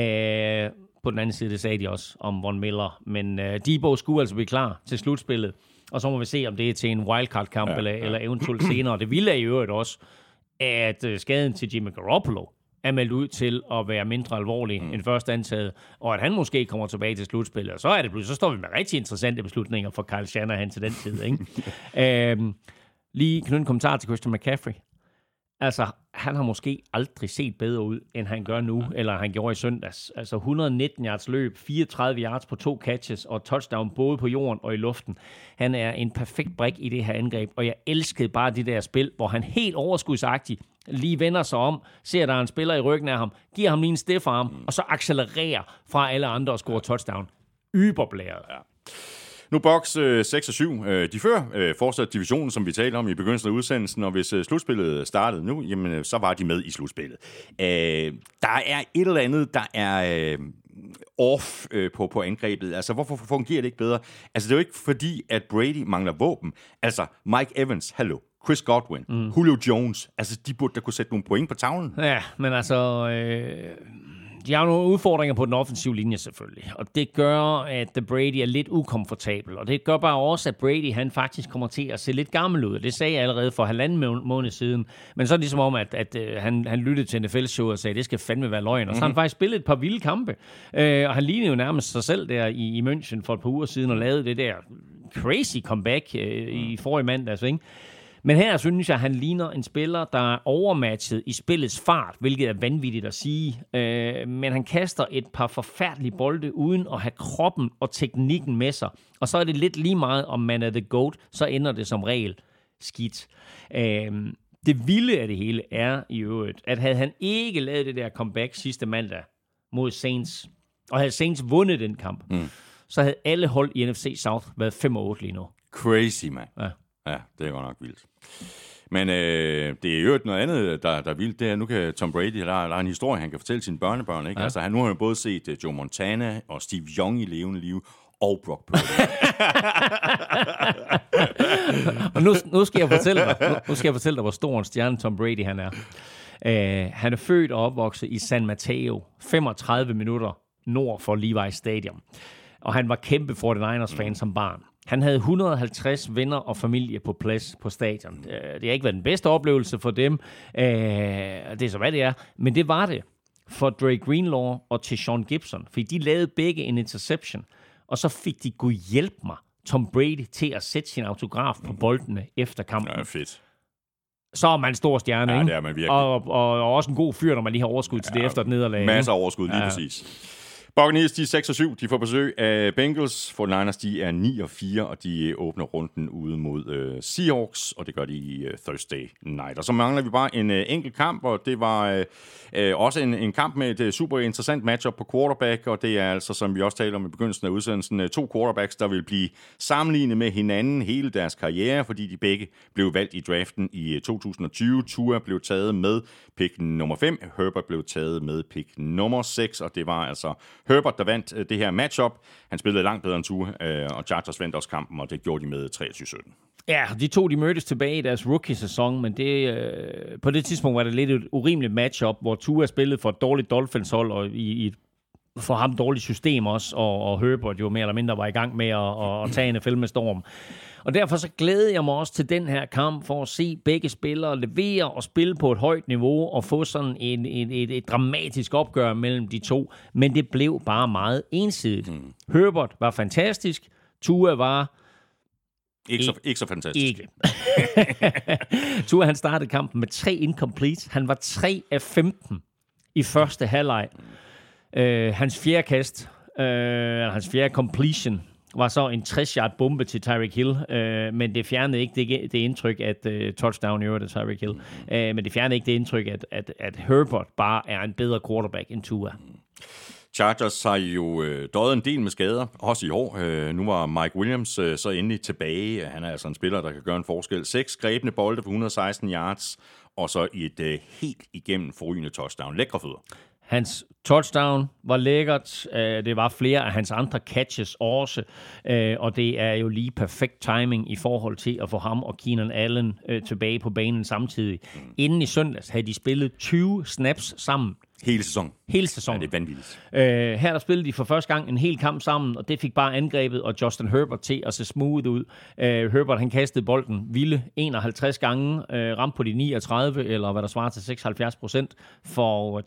[SPEAKER 3] På den anden side, det sagde de også om Von Miller. Men Deebo skulle altså blive klar til slutspillet. Og så må vi se, om det er til en wildcard-kamp eller eventuelt senere. Det ville i øvrigt også, at skaden til Jimmy Garoppolo er meldt ud til at være mindre alvorlig end først antaget, og at han måske kommer tilbage til slutspillet. Og så står vi med rigtig interessante beslutninger for Kyle Shanahan til den tid. Ikke? Lige knytte en kommentar til Christian McCaffrey. Altså, han har måske aldrig set bedre ud, end han gør nu, eller han gjorde i søndags. Altså 119 yards løb, 34 yards på 2 catches, og touchdown både på jorden og i luften. Han er en perfekt brik i det her angreb, og jeg elskede bare de der spil, hvor han helt overskudsagtigt lige vender sig om, ser der er en spiller i ryggen af ham, giver ham lige en stiff arm, og så accelererer fra alle andre og scorer touchdown. Yberblæret. Ja.
[SPEAKER 2] Nu Bucks 6-7. De fører fortsat divisionen, som vi talte om i begyndelsen af udsendelsen, og hvis slutspillet startede nu, jamen, så var de med i slutspillet. Der er et eller andet, der er off på angrebet. Altså, hvorfor fungerer det ikke bedre? Altså, det er jo ikke fordi, at Brady mangler våben. Altså, Mike Evans, hallo. Chris Godwin, Julio Jones. Altså, de burde da kunne sætte nogle point på tavlen.
[SPEAKER 3] Ja, men altså... De har nogle udfordringer på den offensive linje selvfølgelig, og det gør, at Brady er lidt ukomfortabel, og det gør bare også, at Brady han faktisk kommer til at se lidt gammel ud, og det sagde jeg allerede for 1,5 måned siden, men så er det ligesom om, at han lyttede til NFL-show og sagde, at det skal fandme være løgn, og så har han faktisk spillet et par vilde kampe, og han lignede jo nærmest sig selv der i München for et par uger siden, og lavede det der crazy comeback i forrige mandags, ikke? Men her synes jeg, at han ligner en spiller, der er overmatchet i spillets fart, hvilket er vanvittigt at sige. Men han kaster et par forfærdelige bolde uden at have kroppen og teknikken med sig. Og så er det lidt lige meget, om man er the GOAT, så ender det som regel skidt. Det vilde af det hele er i øvrigt, at havde han ikke lavet det der comeback sidste mandag mod Saints, og havde Saints vundet den kamp, så havde alle hold i NFC South været 5-8 lige nu.
[SPEAKER 2] Crazy, man.
[SPEAKER 3] Ja.
[SPEAKER 2] Ja, det er godt nok vildt. Men det er jo noget andet, der er vildt. Det er, nu kan Tom Brady, der er en historie, han kan fortælle sine børnebørn. Ikke? Ja. Altså, nu har han både set Joe Montana og Steve Young i levende liv, og Brock Purdy.
[SPEAKER 3] Og nu skal jeg fortælle dig, hvor stor en stjerne Tom Brady han er. Han er født og opvokset i San Mateo, 35 minutter nord for Levi's Stadium. Og han var kæmpe 49ers-fan som barn. Han havde 150 venner og familie på plads på stadion. Det har ikke været den bedste oplevelse for dem. Det er så, hvad det er. Men det var det for Dre Greenlaw og Tishawn Gibson. Fordi de lavede begge en interception. Og så fik de Gud hjælp mig, Tom Brady, til at sætte sin autograf på boldene efter kampen.
[SPEAKER 2] Ja, fedt.
[SPEAKER 3] Så er man en stor stjerne,
[SPEAKER 2] ja,
[SPEAKER 3] ikke?
[SPEAKER 2] Det er man virkelig.
[SPEAKER 3] Og også en god fyr, når man lige har overskud til det efter et nederlag.
[SPEAKER 2] Masser af overskud, lige præcis. Buccaneers, de er 6-7. De får besøg af Bengals. 49ers, de er 9-4, og de åbner runden ude mod Seahawks, og det gør de i Thursday night. Og så mangler vi bare en enkelt kamp, og det var også en kamp med et super interessant matchup på quarterback, og det er altså, som vi også talte om i begyndelsen af udsendelsen, 2 quarterbacks, der vil blive sammenlignet med hinanden hele deres karriere, fordi de begge blev valgt i draften i 2020. Tua blev taget med pick nummer 5, Herbert blev taget med pick nummer 6, og det var altså Herbert, der vandt det her matchup. Han spillede langt bedre end Tua, og Chargers vandt også kampen, og det gjorde de med 23-17.
[SPEAKER 3] Ja, de to de mødtes tilbage i deres rookie-sæson, men på det tidspunkt var det lidt et urimeligt matchup, hvor Tua spillede for et dårligt Dolphins-hold, og i for ham dårligt system også, og Herbert jo mere eller mindre var i gang med at tage NFL med storm. Og derfor så glæder jeg mig også til den her kamp, for at se begge spillere levere og spille på et højt niveau, og få sådan et dramatisk opgør mellem de to. Men det blev bare meget ensidigt. Herbert var fantastisk, Tua var...
[SPEAKER 2] Ikke så fantastisk.
[SPEAKER 3] Ikke. Tua, han startede kampen med 3 incompletes. Han var 3 af 15 i første halvleg. Hans fjerde kast, hans fjerde completion, var så en 60-yard bombe til Tyreek Hill, men det fjernede ikke det indtryk, at touchdown i øvrigt af Tyreek Hill, men det fjernede ikke det indtryk, at Herbert bare er en bedre quarterback end Tua.
[SPEAKER 2] Chargers har jo døjet en del med skader, også i år. Nu var Mike Williams så endelig tilbage. Han er altså en spiller, der kan gøre en forskel. 6 grebne bolde for 116 yards, og så et helt igennem forrygende touchdown. Lækre fødder.
[SPEAKER 3] Hans touchdown var lækkert. Det var flere af hans andre catches også. Og det er jo lige perfekt timing i forhold til at få ham og Keenan Allen tilbage på banen samtidig. Inden i søndags havde de spillet 20 snaps sammen.
[SPEAKER 2] Hele sæsonen.
[SPEAKER 3] Ja,
[SPEAKER 2] det er vanvittigt.
[SPEAKER 3] Her der spillede de for første gang en hel kamp sammen, og det fik bare angrebet og Justin Herbert til at se smooth ud. Herbert, han kastede bolden vilde 51 gange, ramte på de 39, eller hvad der svarer til 76%, for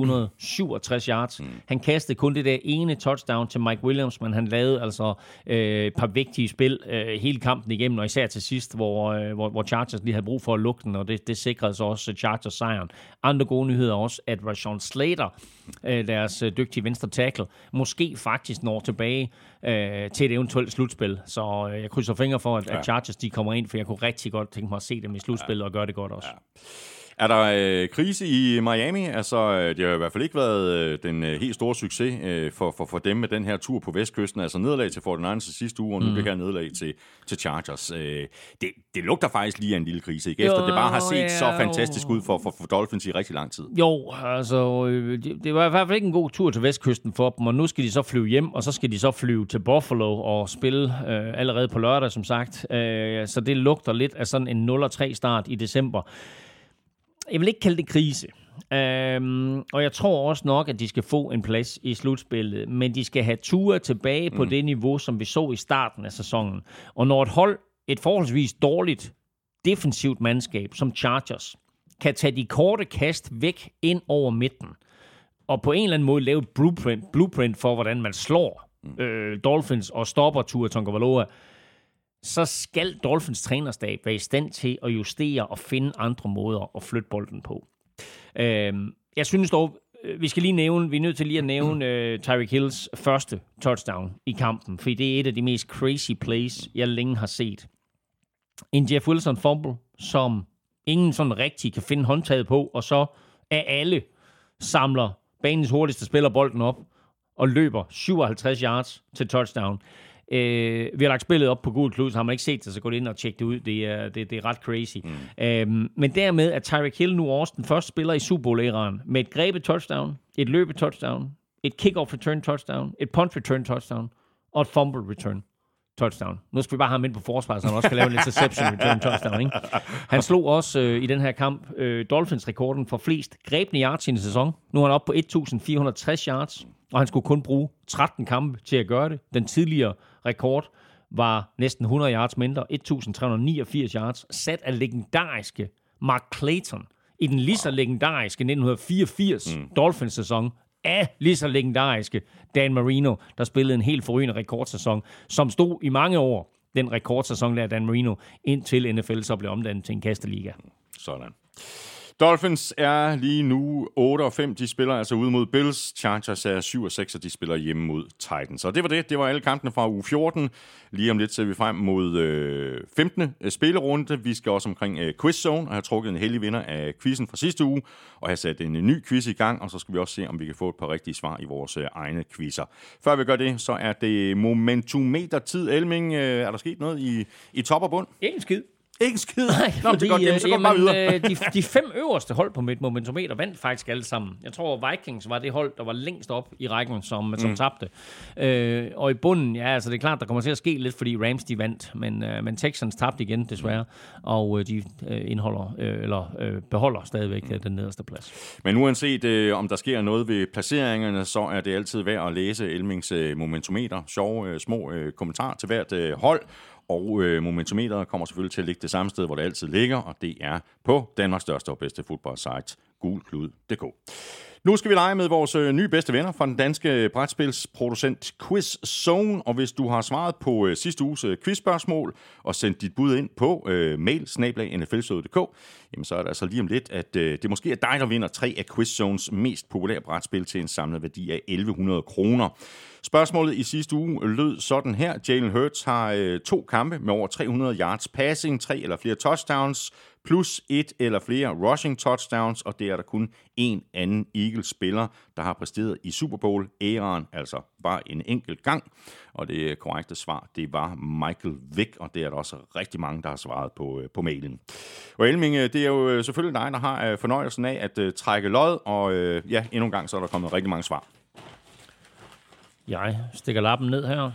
[SPEAKER 3] 367 yards. Han kastede kun det der ene touchdown til Mike Williams, men han lavede altså et par vigtige spil hele kampen igennem, og især til sidst, hvor Chargers lige havde brug for at lukke den, og det sikrede så også Chargers sejren. Andre gode nyheder også, at Rashawn Slater, deres dygtige venstre tackle, måske faktisk når tilbage til et eventuelt slutspil. Så jeg krydser fingre for, at Chargers de kommer ind, for jeg kunne rigtig godt tænke mig at se dem i slutspillet og gøre det godt også. Ja.
[SPEAKER 2] Er der krise i Miami? Altså, det har i hvert fald ikke været den helt store succes for dem med den her tur på vestkysten. Altså nederlag til 49ers sidste uge, og nu det her nederlag til Chargers. Det lugter faktisk lige af en lille krise, ikke? Efter det bare har set så fantastisk ud for Dolphins i rigtig lang tid.
[SPEAKER 3] Jo, altså, det var i hvert fald ikke en god tur til vestkysten for dem, og nu skal de så flyve hjem, og så skal de så flyve til Buffalo og spille allerede på lørdag, som sagt. Så det lugter lidt af sådan en 0-3 start i december. Jeg vil ikke kalde det krise. Og jeg tror også nok, at de skal få en plads i slutspillet, men de skal have Tua tilbage på det niveau, som vi så i starten af sæsonen. Og når et forholdsvis dårligt defensivt mandskab som Chargers kan tage de korte kast væk ind over midten, og på en eller anden måde lave et blueprint for, hvordan man slår Dolphins og stopper Tua Tagovailoa, så skal Dolphins trænerstab være i stand til at justere og finde andre måder at flytte bolden på. Jeg synes dog, vi er nødt til lige at nævne Tyreek Hills første touchdown i kampen, for det er et af de mest crazy plays, jeg længe har set. En Jeff Wilson fumble, som ingen sådan rigtig kan finde håndtaget på, og så af alle samler banens hurtigste spiller bolden op og løber 57 yards til touchdown. Vi har lagt spillet op på Google Klud, så har man ikke set det, så gå ind og tjek det ud. Det er ret crazy. Men dermed er Tyreek Hill nu også den første spiller i Super Bowl-æraen med et grebet touchdown, et løbet touchdown, et kick-off return touchdown, et punt return touchdown og et fumble return touchdown. Nu skal vi bare have ham ind på forsvaret, så han også kan lave en interception return touchdown. Ikke? Han slog også i den her kamp Dolphins-rekorden for flest grebne yards i en sæson. Nu er han oppe på 1.460 yards, og han skulle kun bruge 13 kampe til at gøre det. Den tidligere rekord var næsten 100 yards mindre, 1.389 yards, sat af legendariske Mark Clayton i den lige så legendariske 1984 Dolphins-sæson, af lige så legendariske Dan Marino, der spillede en helt forrygende rekordsæson, som stod i mange år, den rekordsæson der Dan Marino, indtil NFL så blev omdannet til en kasteliga.
[SPEAKER 2] Sådan. Dolphins er lige nu 8-5. De spiller altså ude mod Bills. Chargers er 7-6, og de spiller hjemme mod Titans. Og det var det. Det var alle kampene fra uge 14. Lige om lidt ser vi frem mod 15. spillerunde. Vi skal også omkring Quiz Zone og have trukket en heldig vinder af quizzen fra sidste uge og have sat en ny quiz i gang. Og så skal vi også se, om vi kan få et par rigtige svar i vores egne quizzer. Før vi gør det, så er det momentometer-tid. Elming, er der sket noget i top og bund?
[SPEAKER 3] Ingen skid.
[SPEAKER 2] Ikke skid.
[SPEAKER 3] Nej,
[SPEAKER 2] fordi, så går bare videre.
[SPEAKER 3] de 5 øverste hold på mit momentometer vandt faktisk alle sammen. Jeg tror, Vikings var det hold, der var længst op i rækken, som tabte. Og i bunden, ja, altså det er klart, der kommer til at ske lidt, fordi Rams de vandt, men Texans tabte igen desværre, og de beholder stadigvæk den nederste plads.
[SPEAKER 2] Men uanset om der sker noget ved placeringerne, så er det altid værd at læse Elmings momentometer. Sjove, små kommentarer til hvert hold. Og momentometeret kommer selvfølgelig til at ligge det samme sted, hvor det altid ligger, og det er på Danmarks største og bedste fodboldsite, gulklud.dk. Nu skal vi lege med vores nye bedste venner fra den danske brætspilsproducent Quiz Zone, og hvis du har svaret på sidste uges quizspørgsmål og sendt dit bud ind på mail@nflshowet.dk, jamen så er det altså lige om lidt, at det måske er dig, der vinder 3 af Quiz Zones mest populære brætspil til en samlet værdi af 1.100 kroner. Spørgsmålet i sidste uge lød sådan her. Jalen Hurts har 2 kampe med over 300 yards passing, 3 eller flere touchdowns, plus 1 eller flere rushing touchdowns, og det er der kun en anden Eagles-spiller, der har præsteret i Super Bowl-æraen, altså bare en enkelt gang. Og det korrekte svar, det var Michael Vick, og det er der også rigtig mange, der har svaret på mailen. Og Elming, det er jo selvfølgelig dig, der har fornøjelsen af at trække lod, og endnu en gang så er der kommet rigtig mange svar.
[SPEAKER 3] Jeg stikker lappen ned her,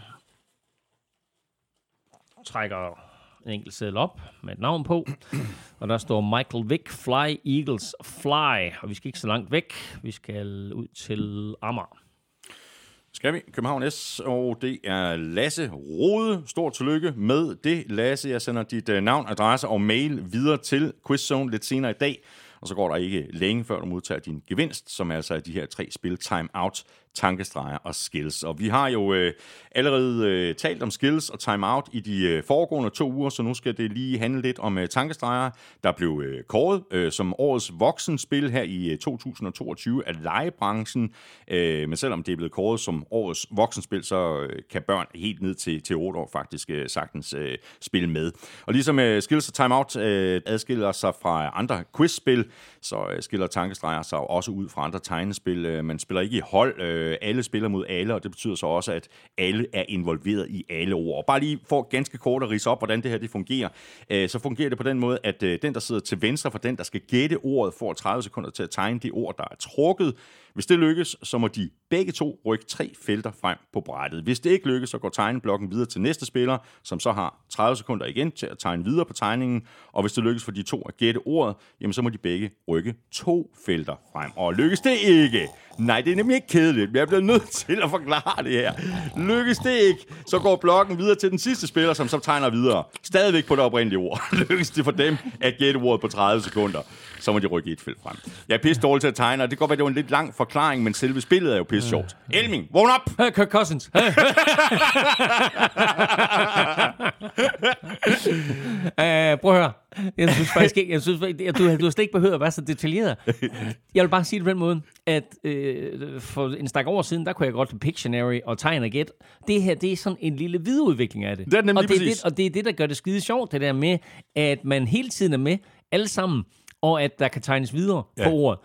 [SPEAKER 3] trækker en enkelt seddel op med et navn på, og der står Michael Vick, Fly Eagles Fly, og vi skal ikke så langt væk, vi skal ud til Amager.
[SPEAKER 2] Skal vi? København S, og det er Lasse Rode. Stort tillykke med det, Lasse. Jeg sender dit navn, adresse og mail videre til Quiz Zone lidt senere i dag, og så går der ikke længe, før du modtager din gevinst, som altså er de her 3 spil, Time Out, Tankestreger og Skills. Og vi har jo allerede talt om Skills og Time Out i de foregående 2 uger, så nu skal det lige handle lidt om Tankestreger, der blev kåret som årets voksenspil her i 2022 af legebranchen. Men selvom det er blevet kåret som årets voksenspil, så kan børn helt ned til 8 år faktisk sagtens spille med. Og ligesom Skills og Time Out adskiller sig fra andre quizspil, så skiller Tankestreger sig også ud fra andre tegnespil. Man spiller ikke i hold, alle spiller mod alle, og det betyder så også, at alle er involveret i alle ord. Bare lige for ganske kort at ridse op, hvordan det her det fungerer, så fungerer det på den måde, at den, der sidder til venstre for den, der skal gætte ordet, får 30 sekunder til at tegne det ord, der er trukket. Hvis det lykkes, så må de begge to rykke 3 felter frem på brættet. Hvis det ikke lykkes, så går tegneblokken videre til næste spiller, som så har 30 sekunder igen til at tegne videre på tegningen. Og hvis det lykkes for de to at gætte ordet, jamen så må de begge rykke 2 felter frem. Og lykkes det ikke? Nej, det er nemlig ikke kedeligt. Jeg bliver nødt til at forklare det her. Lykkes det ikke, så går blokken videre til den sidste spiller, som så tegner videre. Stadigvæk på det oprindelige ord. Lykkes det for dem at gætte ordet på 30 sekunder, så må de rykke 1 felt frem. Jeg er pisse dårlig til at tegne, og det kan godt være, det var en lidt lang forklaring, men selve spillet er jo pisse sjovt. Elming, vågn op!
[SPEAKER 3] Kirk Cousins. Prøv at høre. Jeg synes faktisk ikke, du har slet ikke behøvet at være så detaljeret. Jeg vil bare sige det på den måde, at for en stak år siden, der kunne jeg godt til Pictionary og tegne og gæt. Det her, det er sådan en lille videreudvikling af det.
[SPEAKER 2] Det er nemlig præcis.
[SPEAKER 3] Og det er det, der gør det skide sjovt, det der med, at man hele tiden er med, alle sammen, og at der kan tegnes videre på ordet.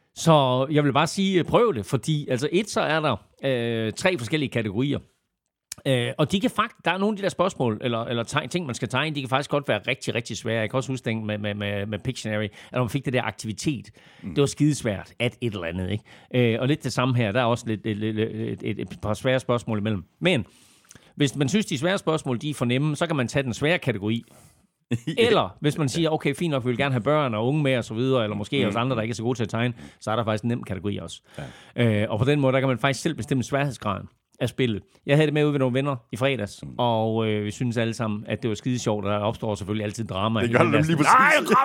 [SPEAKER 3] Så jeg vil bare sige, prøv det, fordi altså så er der 3 forskellige kategorier. Og de kan faktisk, der er nogle af de der spørgsmål, eller ting, man skal tegne, de kan faktisk godt være rigtig, rigtig svære. Jeg kan også huske den med Pictionary, at man fik det der aktivitet. Det var skidesvært, at et eller andet, ikke? Og lidt det samme her, der er også et par svære spørgsmål imellem. Men hvis man synes, de svære spørgsmål, de er for nemme, så kan man tage den svære kategori. Eller hvis man siger, okay, fint nok, vi vil gerne have børn og unge med og så videre, eller måske også andre, der ikke er så gode til at tegne, så er der faktisk en nem kategori også. Ja. Og på den måde, der kan man faktisk selv bestemme sværhedsgraden af spillet. Jeg havde det med ude ved nogle venner i fredags, og vi synes alle sammen, at det var skide sjovt, og der opstår selvfølgelig altid drama.
[SPEAKER 2] Det gør det lige præcis.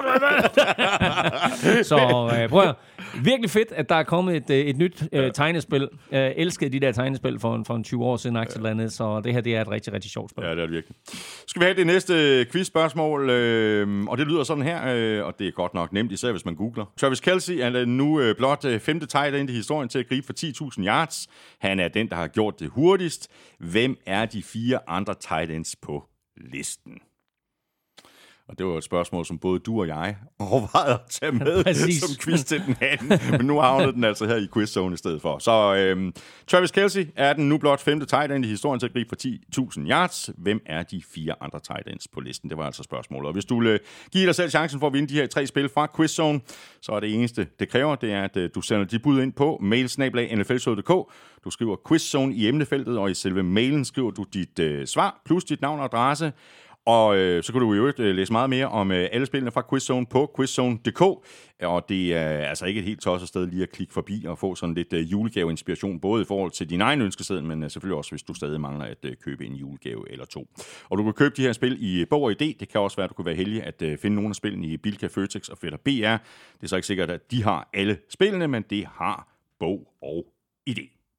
[SPEAKER 3] Så prøv at, virkelig fedt, at der er kommet et nyt tegnespil. Jeg elskede de der tegnespil for en 20 år siden, eller andet, så det her det er et rigtig, rigtig sjovt spil.
[SPEAKER 2] Ja, det er det virkelig. Skal vi have det næste quizspørgsmål, og det lyder sådan her, og det er godt nok nemt, især hvis man googler. Travis Kelce er nu blot 5. tight end i historien til at gribe for 10.000 yards. Han er den, der har gjort det hurtigst. Hvem er de 4 andre tight ends på listen? Og det var et spørgsmål, som både du og jeg overvejede at tage med som quiz til den anden. Men nu havnede den altså her i quizzone i stedet for. Så Travis Kelce er den nu blot 5. tight end i historien til at gribe for 10.000 yards. Hvem er de 4 andre tight ends på listen? Det var altså spørgsmålet. Og hvis du vil give dig selv chancen for at vinde de her 3 spil fra Quizzone, så er det eneste, det kræver, det er, at du sender de bud ind på mail@nflshowet.dk. Du skriver Quizzone i emnefeltet, og i selve mailen skriver du dit svar, plus dit navn og adresse. Og så kan du jo læse meget mere om alle spillene fra Quizzone på quizzone.dk. Og det er altså ikke et helt tosset sted lige at klikke forbi og få sådan lidt julegaveinspiration, både i forhold til din egen ønskeseddel, men selvfølgelig også, hvis du stadig mangler at købe en julegave eller 2. Og du kan købe de her spil i Bog og ID. Det kan også være, at du kan være heldig at finde nogle af spillene i Bilka, Føtex og Fætter BR. Det er så ikke sikkert, at de har alle spillene, men det har Bog og ID.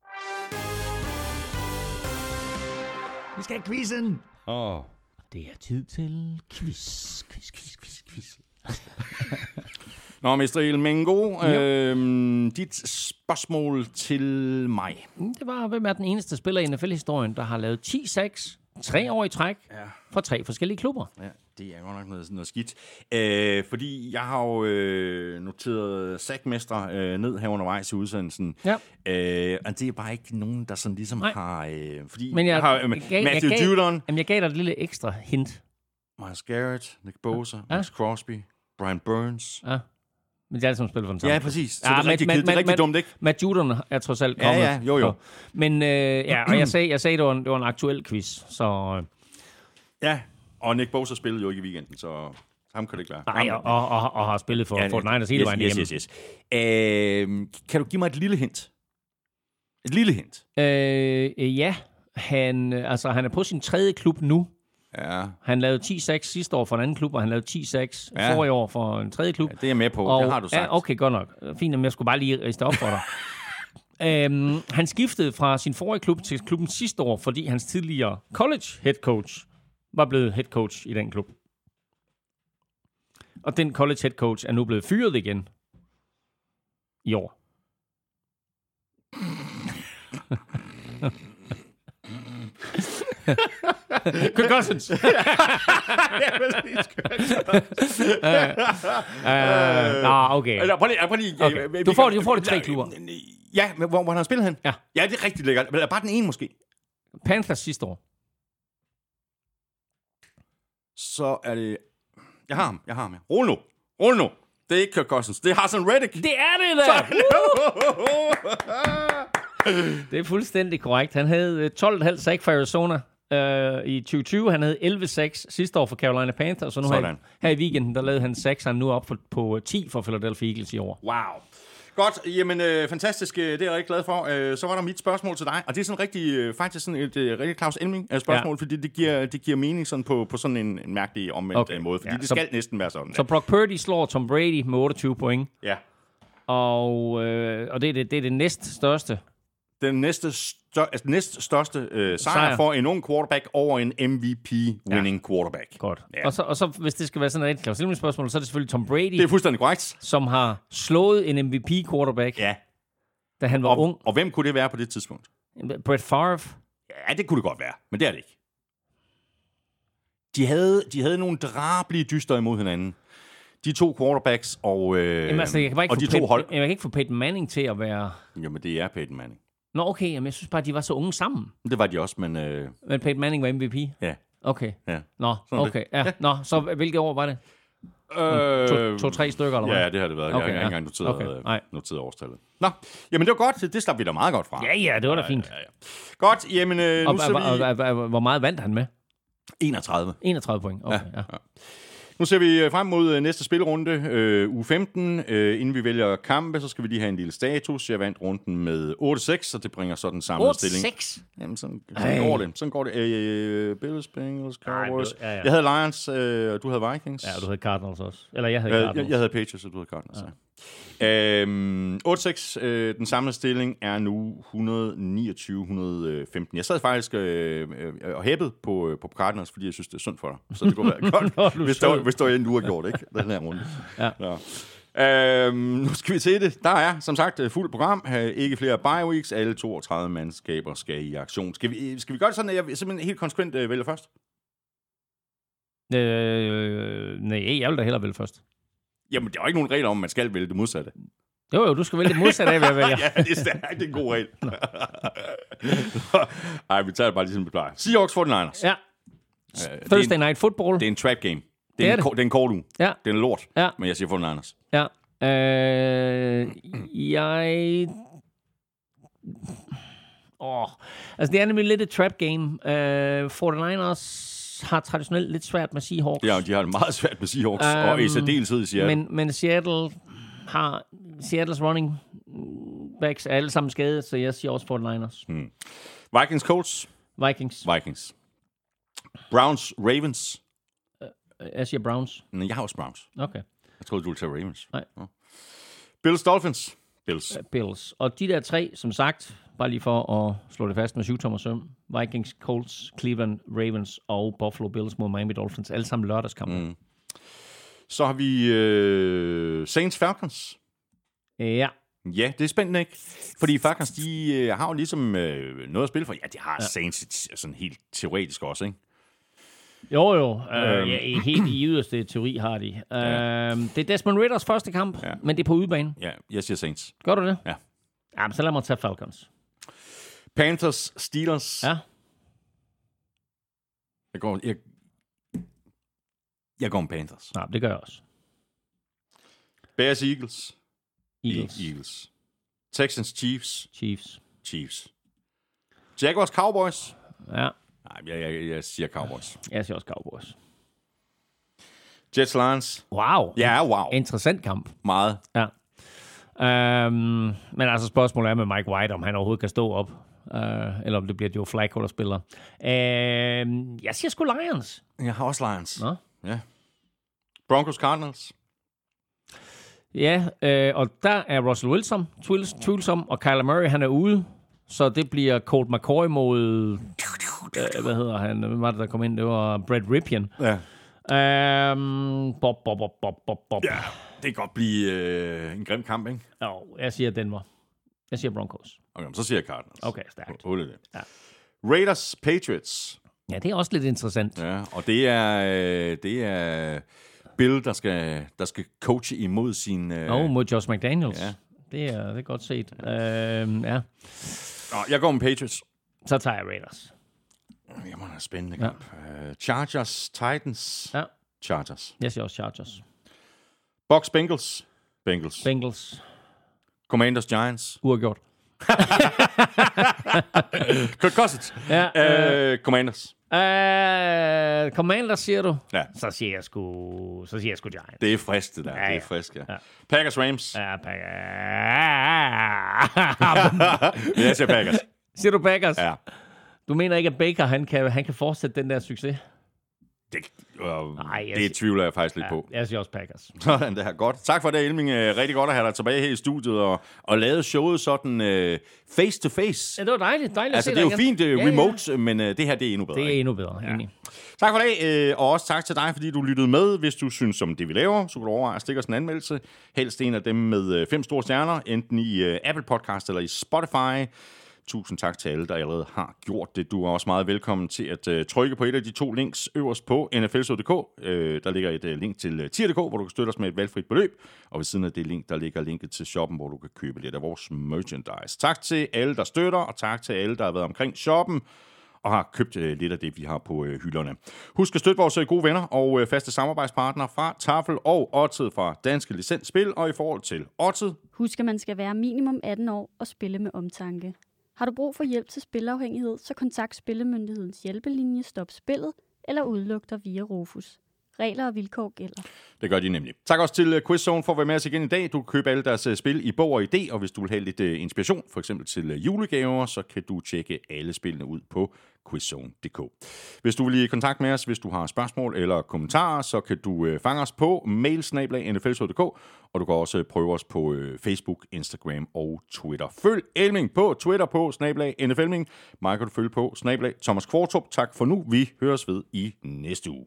[SPEAKER 5] Vi skal have quizzen!
[SPEAKER 3] Det er tid til quiz.
[SPEAKER 2] Nå, Mr. Elmengo, dit spørgsmål til mig.
[SPEAKER 3] Det var, hvem er den eneste spiller i NFL-historien, der har lavet 10 sacks 3 år i træk fra 3 forskellige klubber?
[SPEAKER 2] Ja, det er jo nok noget skidt. Fordi jeg har jo noteret sackmestre ned her undervejs i udsendelsen. Ja. Og det er bare ikke nogen, der sådan ligesom har... fordi
[SPEAKER 3] men jeg
[SPEAKER 2] har Matthew Judon...
[SPEAKER 3] Jeg gav dig et lille ekstra hint.
[SPEAKER 2] Miles Garrett, Nick Bosa, Max Crosby, Brian Burns...
[SPEAKER 3] Ja. Men det er alle sammen spillet for den samme.
[SPEAKER 2] Ja, præcis. Så det er rigtig dumt, ikke?
[SPEAKER 3] Matt Judon er trods alt kommet.
[SPEAKER 2] Ja, jo.
[SPEAKER 3] Men og jeg sagde det var en aktuel quiz, så...
[SPEAKER 2] Ja, og Nick Bosa spillede jo ikke i weekenden, så ham kan det ikke være.
[SPEAKER 3] Nej, og har spillet for Fortnite hele vejen hjemme.
[SPEAKER 2] Yes. Kan du give mig et lille hint? Et lille hint?
[SPEAKER 3] Ja, han er på sin 3. klub nu.
[SPEAKER 2] Ja.
[SPEAKER 3] Han lavede 10 sacks sidste år for en anden klub, og han lavede 10 sacks forrige år for en 3. klub.
[SPEAKER 2] Ja, det er jeg med på, det har du sagt.
[SPEAKER 3] Ja, okay, godt nok. Fint, men jeg skulle bare lige riste op for dig. Han skiftede fra sin forrige klub til klubben sidste år, fordi hans tidligere college head coach var blevet head coach i den klub. Og den college head coach er nu blevet fyret igen i år. Kirk Cousins. Okay. Du får de 3 klubber.
[SPEAKER 2] Ja, men hvor har han spillet hen?
[SPEAKER 3] Ja,
[SPEAKER 2] det er rigtig lækkert. Men bare den ene måske.
[SPEAKER 3] Panthers sidste år.
[SPEAKER 2] Så er det... Jeg har ham. Rul nu. Det er ikke Kirk Cousins. Det er Hassan Reddick.
[SPEAKER 3] Det er det der. Det er fuldstændig korrekt. Han havde 12,5 sack for Arizona i 2020. Han havde 11 sacks sidste år for Carolina Panthers. Og nu her i weekenden, der lavede han sacks. Han nu op på 10 for Philadelphia Eagles i år.
[SPEAKER 2] Wow. Godt, jamen fantastisk, det er jeg rigtig glad for. Så var der mit spørgsmål til dig, og det er sådan rigtig, faktisk sådan et rigtig Claus Elming spørgsmål, fordi det giver mening sådan på sådan en mærkelig omvendt måde, fordi det skal næsten være sådan.
[SPEAKER 3] Så Brock Purdy slår Tom Brady med 28 point.
[SPEAKER 2] Ja.
[SPEAKER 3] Og det er det næststørste.
[SPEAKER 2] Den næststørste sejr for en ung quarterback over en MVP-winning quarterback.
[SPEAKER 3] Godt. Ja. Og så, hvis det skal være sådan et rigtig Claus Elming spørgsmål, så er det selvfølgelig Tom Brady.
[SPEAKER 2] Det er fuldstændig korrekt. Som
[SPEAKER 3] har slået en MVP-quarterback, da han var ung.
[SPEAKER 2] Og hvem kunne det være på det tidspunkt?
[SPEAKER 3] Brett Favre.
[SPEAKER 2] Ja, det kunne det godt være, men det er det ikke. De havde nogle drabelige dyster imod hinanden. De 2 quarterbacks og de 2 hold.
[SPEAKER 3] Jeg kan ikke få Peyton Manning til at være...
[SPEAKER 2] Jamen, det er Peyton Manning.
[SPEAKER 3] Nå, okay, jamen, jeg synes bare, de var så unge sammen.
[SPEAKER 2] Det var de også, men...
[SPEAKER 3] Men Peyton Manning var MVP?
[SPEAKER 2] Ja.
[SPEAKER 3] Okay.
[SPEAKER 2] Ja.
[SPEAKER 3] Nå,
[SPEAKER 2] Sådan
[SPEAKER 3] okay. Ja. Nå, så hvilke år var det? 2-3 stykker, eller hvad?
[SPEAKER 2] Ja, det har det været.
[SPEAKER 3] Okay,
[SPEAKER 2] jeg har ikke engang noteret årstallet. Nå, jamen det var godt. Det slap vi da meget godt fra.
[SPEAKER 3] Ja, det var da fint.
[SPEAKER 2] Ja. Godt, jamen nu ser vi...
[SPEAKER 3] Hvor meget vandt han med?
[SPEAKER 2] 31.
[SPEAKER 3] 31 point, okay. Ja.
[SPEAKER 2] Nu ser vi frem mod næste spillerunde, uge 15. Inden vi vælger kampe, så skal vi lige have en lille status. Jeg vandt runden med 8-6, og det bringer så den samlede stilling.
[SPEAKER 3] 8-6?
[SPEAKER 2] Jamen, sådan går det. Sådan går det. Bills, Bengals, Cowboys.
[SPEAKER 3] Ja.
[SPEAKER 2] Jeg havde Lions, og du havde Vikings.
[SPEAKER 3] Ja, du havde Cardinals også. Eller jeg havde Cardinals.
[SPEAKER 2] Jeg havde Patriots, og du havde Cardinals. Ja. 8-6. Den samlede stilling er nu 129-115. Jeg sad faktisk og hæppede på Cardinals, fordi jeg synes, det er sundt for dig. Så det kunne være godt, hvis der endnu har gjort, ikke? Den her runde. Ja. Nu skal vi til det. Der er, som sagt, fuldt program. Ikke flere bye weeks. Alle 32 mandskaber skal i aktion. Skal vi gøre det sådan, at jeg simpelthen helt konsekvent vælger først?
[SPEAKER 3] Nej, jeg vil da hellere vælge først.
[SPEAKER 2] Jamen, der er jo ikke nogen regler om, at man skal vælge det modsatte.
[SPEAKER 3] Jo, du skal vælge det modsatte af, hvad jeg vælger.
[SPEAKER 2] Ja, det er stærkt. Det er en god regel. Ej, vi tager det bare lige sådan, vi plejer. Seahawks 49ers.
[SPEAKER 3] Ja. Thursday Night Football.
[SPEAKER 2] Det er en trap game. Det er en kort uge.
[SPEAKER 3] Ja.
[SPEAKER 2] Det er en lort.
[SPEAKER 3] Ja.
[SPEAKER 2] Men jeg siger 49ers.
[SPEAKER 3] Ja. Altså, det er nemlig lidt et trap game. 49ers har traditionelt lidt svært med Seahawks.
[SPEAKER 2] Ja, de har det meget svært med Seahawks, og i særdeleshed i Seattle.
[SPEAKER 3] Men Seattles running backs er alle sammen skadet, så jeg siger også 49ers.
[SPEAKER 2] Vikings Colts.
[SPEAKER 3] Vikings.
[SPEAKER 2] Browns Ravens.
[SPEAKER 3] Jeg siger Browns.
[SPEAKER 2] Nej, jeg har også Browns.
[SPEAKER 3] Okay.
[SPEAKER 2] Jeg troede, du ville tage Ravens.
[SPEAKER 3] Nej.
[SPEAKER 2] Bills Dolphins.
[SPEAKER 3] Bills. Og de der tre, som sagt, bare lige for at slå det fast med 7-tommer søm, Vikings, Colts, Cleveland, Ravens og Buffalo Bills mod Miami Dolphins. Alle sammen lørdagskampe.
[SPEAKER 2] Så har vi Saints Falcons.
[SPEAKER 3] Ja.
[SPEAKER 2] Ja, det er spændende, ikke? Fordi Falcons, de har jo ligesom noget at spille for. Ja, de har Saints sådan helt teoretisk også, ikke?
[SPEAKER 3] Jo. Helt i yderste teori har de. Det er Desmond Ridders første kamp, men det er på udebane.
[SPEAKER 2] Ja, jeg siger Saints.
[SPEAKER 3] Gør du det?
[SPEAKER 2] Ja.
[SPEAKER 3] Jamen, så lad mig tage Falcons.
[SPEAKER 2] Panthers Steelers.
[SPEAKER 3] Ja.
[SPEAKER 2] Jeg går med Panthers.
[SPEAKER 3] Nej, det gør jeg også.
[SPEAKER 2] Bears Eagles.
[SPEAKER 3] Eagles.
[SPEAKER 2] Texans Chiefs. Jaguars Cowboys.
[SPEAKER 3] Ja.
[SPEAKER 2] Nej, jeg siger Cowboys.
[SPEAKER 3] Jeg siger også Cowboys.
[SPEAKER 2] Jets Lions.
[SPEAKER 3] Wow.
[SPEAKER 2] Ja, wow.
[SPEAKER 3] Interessant kamp.
[SPEAKER 2] Meget.
[SPEAKER 3] Ja. Men altså spørgsmålet er med Mike White, om han overhovedet kan stå op. Eller om det bliver Joe Flacco, der spiller. Jeg siger sgu Lions.
[SPEAKER 2] Jeg har også Lions.
[SPEAKER 3] Nå?
[SPEAKER 2] Ja. Broncos Cardinals.
[SPEAKER 3] Ja, og der er Russell Wilson tvivlsom, og Kyler Murray, han er ude. Så det bliver Colt McCoy mod... hvad hedder han? Hvem var det, der kom ind? Det var Brett Ripien.
[SPEAKER 2] Ja.
[SPEAKER 3] Bob.
[SPEAKER 2] Ja, det kan godt blive en grim kamp, ikke?
[SPEAKER 3] Jo, jeg siger Denver. Jeg siger Broncos.
[SPEAKER 2] Okay, så siger jeg Cardinals.
[SPEAKER 3] Okay, stærkt.
[SPEAKER 2] Hold det.
[SPEAKER 3] Ja.
[SPEAKER 2] Raiders Patriots.
[SPEAKER 3] Ja, det er også lidt interessant.
[SPEAKER 2] Ja, og det er Bill, der skal coache imod sin...
[SPEAKER 3] mod Josh McDaniels. Ja. Det er godt set. Ja.
[SPEAKER 2] Nå, jeg går med Patriots.
[SPEAKER 3] Så tager jeg Raiders.
[SPEAKER 2] Jeg må have spændende kamp. Chargers Titans.
[SPEAKER 3] Ja.
[SPEAKER 2] Chargers.
[SPEAKER 3] Jeg siger også Chargers.
[SPEAKER 2] Bucks Bengals. Commanders Giants.
[SPEAKER 3] Uafgjort.
[SPEAKER 2] Kirk Cousins.
[SPEAKER 3] Ja,
[SPEAKER 2] Commanders.
[SPEAKER 3] Commanders, siger du?
[SPEAKER 2] Ja.
[SPEAKER 3] Så siger jeg sgu Giants.
[SPEAKER 2] Det er frisk, det der.
[SPEAKER 3] Ja.
[SPEAKER 2] Det er frisk, ja. Packers Rams.
[SPEAKER 3] Ja, Packers.
[SPEAKER 2] Jeg siger Packers.
[SPEAKER 3] Siger du Packers?
[SPEAKER 2] Ja.
[SPEAKER 3] Du mener ikke, at Baker han kan fortsætte den der succes?
[SPEAKER 2] Det tvivler jeg faktisk lidt på.
[SPEAKER 3] Jeg siger også Packers.
[SPEAKER 2] Sådan, det er godt. Tak for det, Elming. Rigtig godt at have dig tilbage her i studiet og lavet showet sådan face to face.
[SPEAKER 3] Ja, det var dejligt
[SPEAKER 2] altså,
[SPEAKER 3] at se
[SPEAKER 2] det er jo fint remote, men det her, det er endnu bedre.
[SPEAKER 3] Det er endnu bedre, enig.
[SPEAKER 2] Tak for det, og også tak til dig, fordi du lyttede med. Hvis du synes om det, vi laver, så kan du overveje at stikke os en anmeldelse. Helst en af dem med 5 store stjerner, enten i Apple Podcast eller i Spotify. Tusind tak til alle, der allerede har gjort det. Du er også meget velkommen til at trykke på et af de 2 links øverst på nflshow.dk. Der ligger et link til tier.dk, hvor du kan støtte os med et valgfrit beløb. Og ved siden af det link, der ligger linket til shoppen, hvor du kan købe lidt af vores merchandise. Tak til alle, der støtter, og tak til alle, der har været omkring shoppen og har købt lidt af det, vi har på hylderne. Husk at støtte vores gode venner og faste samarbejdspartnere fra Tafel og Odset fra Danske Licens Spil. Og i forhold til Odset,
[SPEAKER 4] Husk, at man skal være minimum 18 år og spille med omtanke. Har du brug for hjælp til spilafhængighed, så kontakt Spillemyndighedens hjælpelinje Stop Spillet eller udluk dig via Rufus. Regler og vilkår gælder.
[SPEAKER 2] Det gør de nemlig. Tak også til QuizZone for at være med os igen i dag. Du kan købe alle deres spil i Bog og Idé, og hvis du vil have lidt inspiration, for eksempel til julegaver, så kan du tjekke alle spillene ud på quizzone.dk. Hvis du vil i kontakt med os, hvis du har spørgsmål eller kommentarer, så kan du fange os på mail@nflshow.dk, og du kan også prøve os på Facebook, Instagram og Twitter. Følg Elming på Twitter på @nflming. Mig kan du følge på @Thomas Kvartrup. Tak for nu. Vi høres ved i næste uge.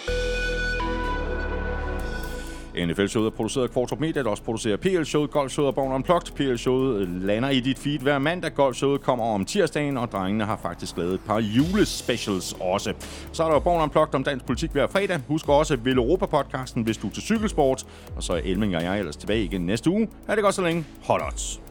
[SPEAKER 2] NFL-showet er produceret af Kvartrup Media, der også producerer PL-showet, Golf-showet og Born Unplugged. PL-showet lander i dit feed hver mandag. Golf-showet kommer om tirsdagen, og drengene har faktisk lavet et par julespecials også. Så er der Born Unplugged om dansk politik hver fredag. Husk også Vil Europa-podcasten, hvis du er til cykelsport. Og så er Elming og jeg ellers tilbage igen næste uge. Ha' det godt så længe. Hold odds.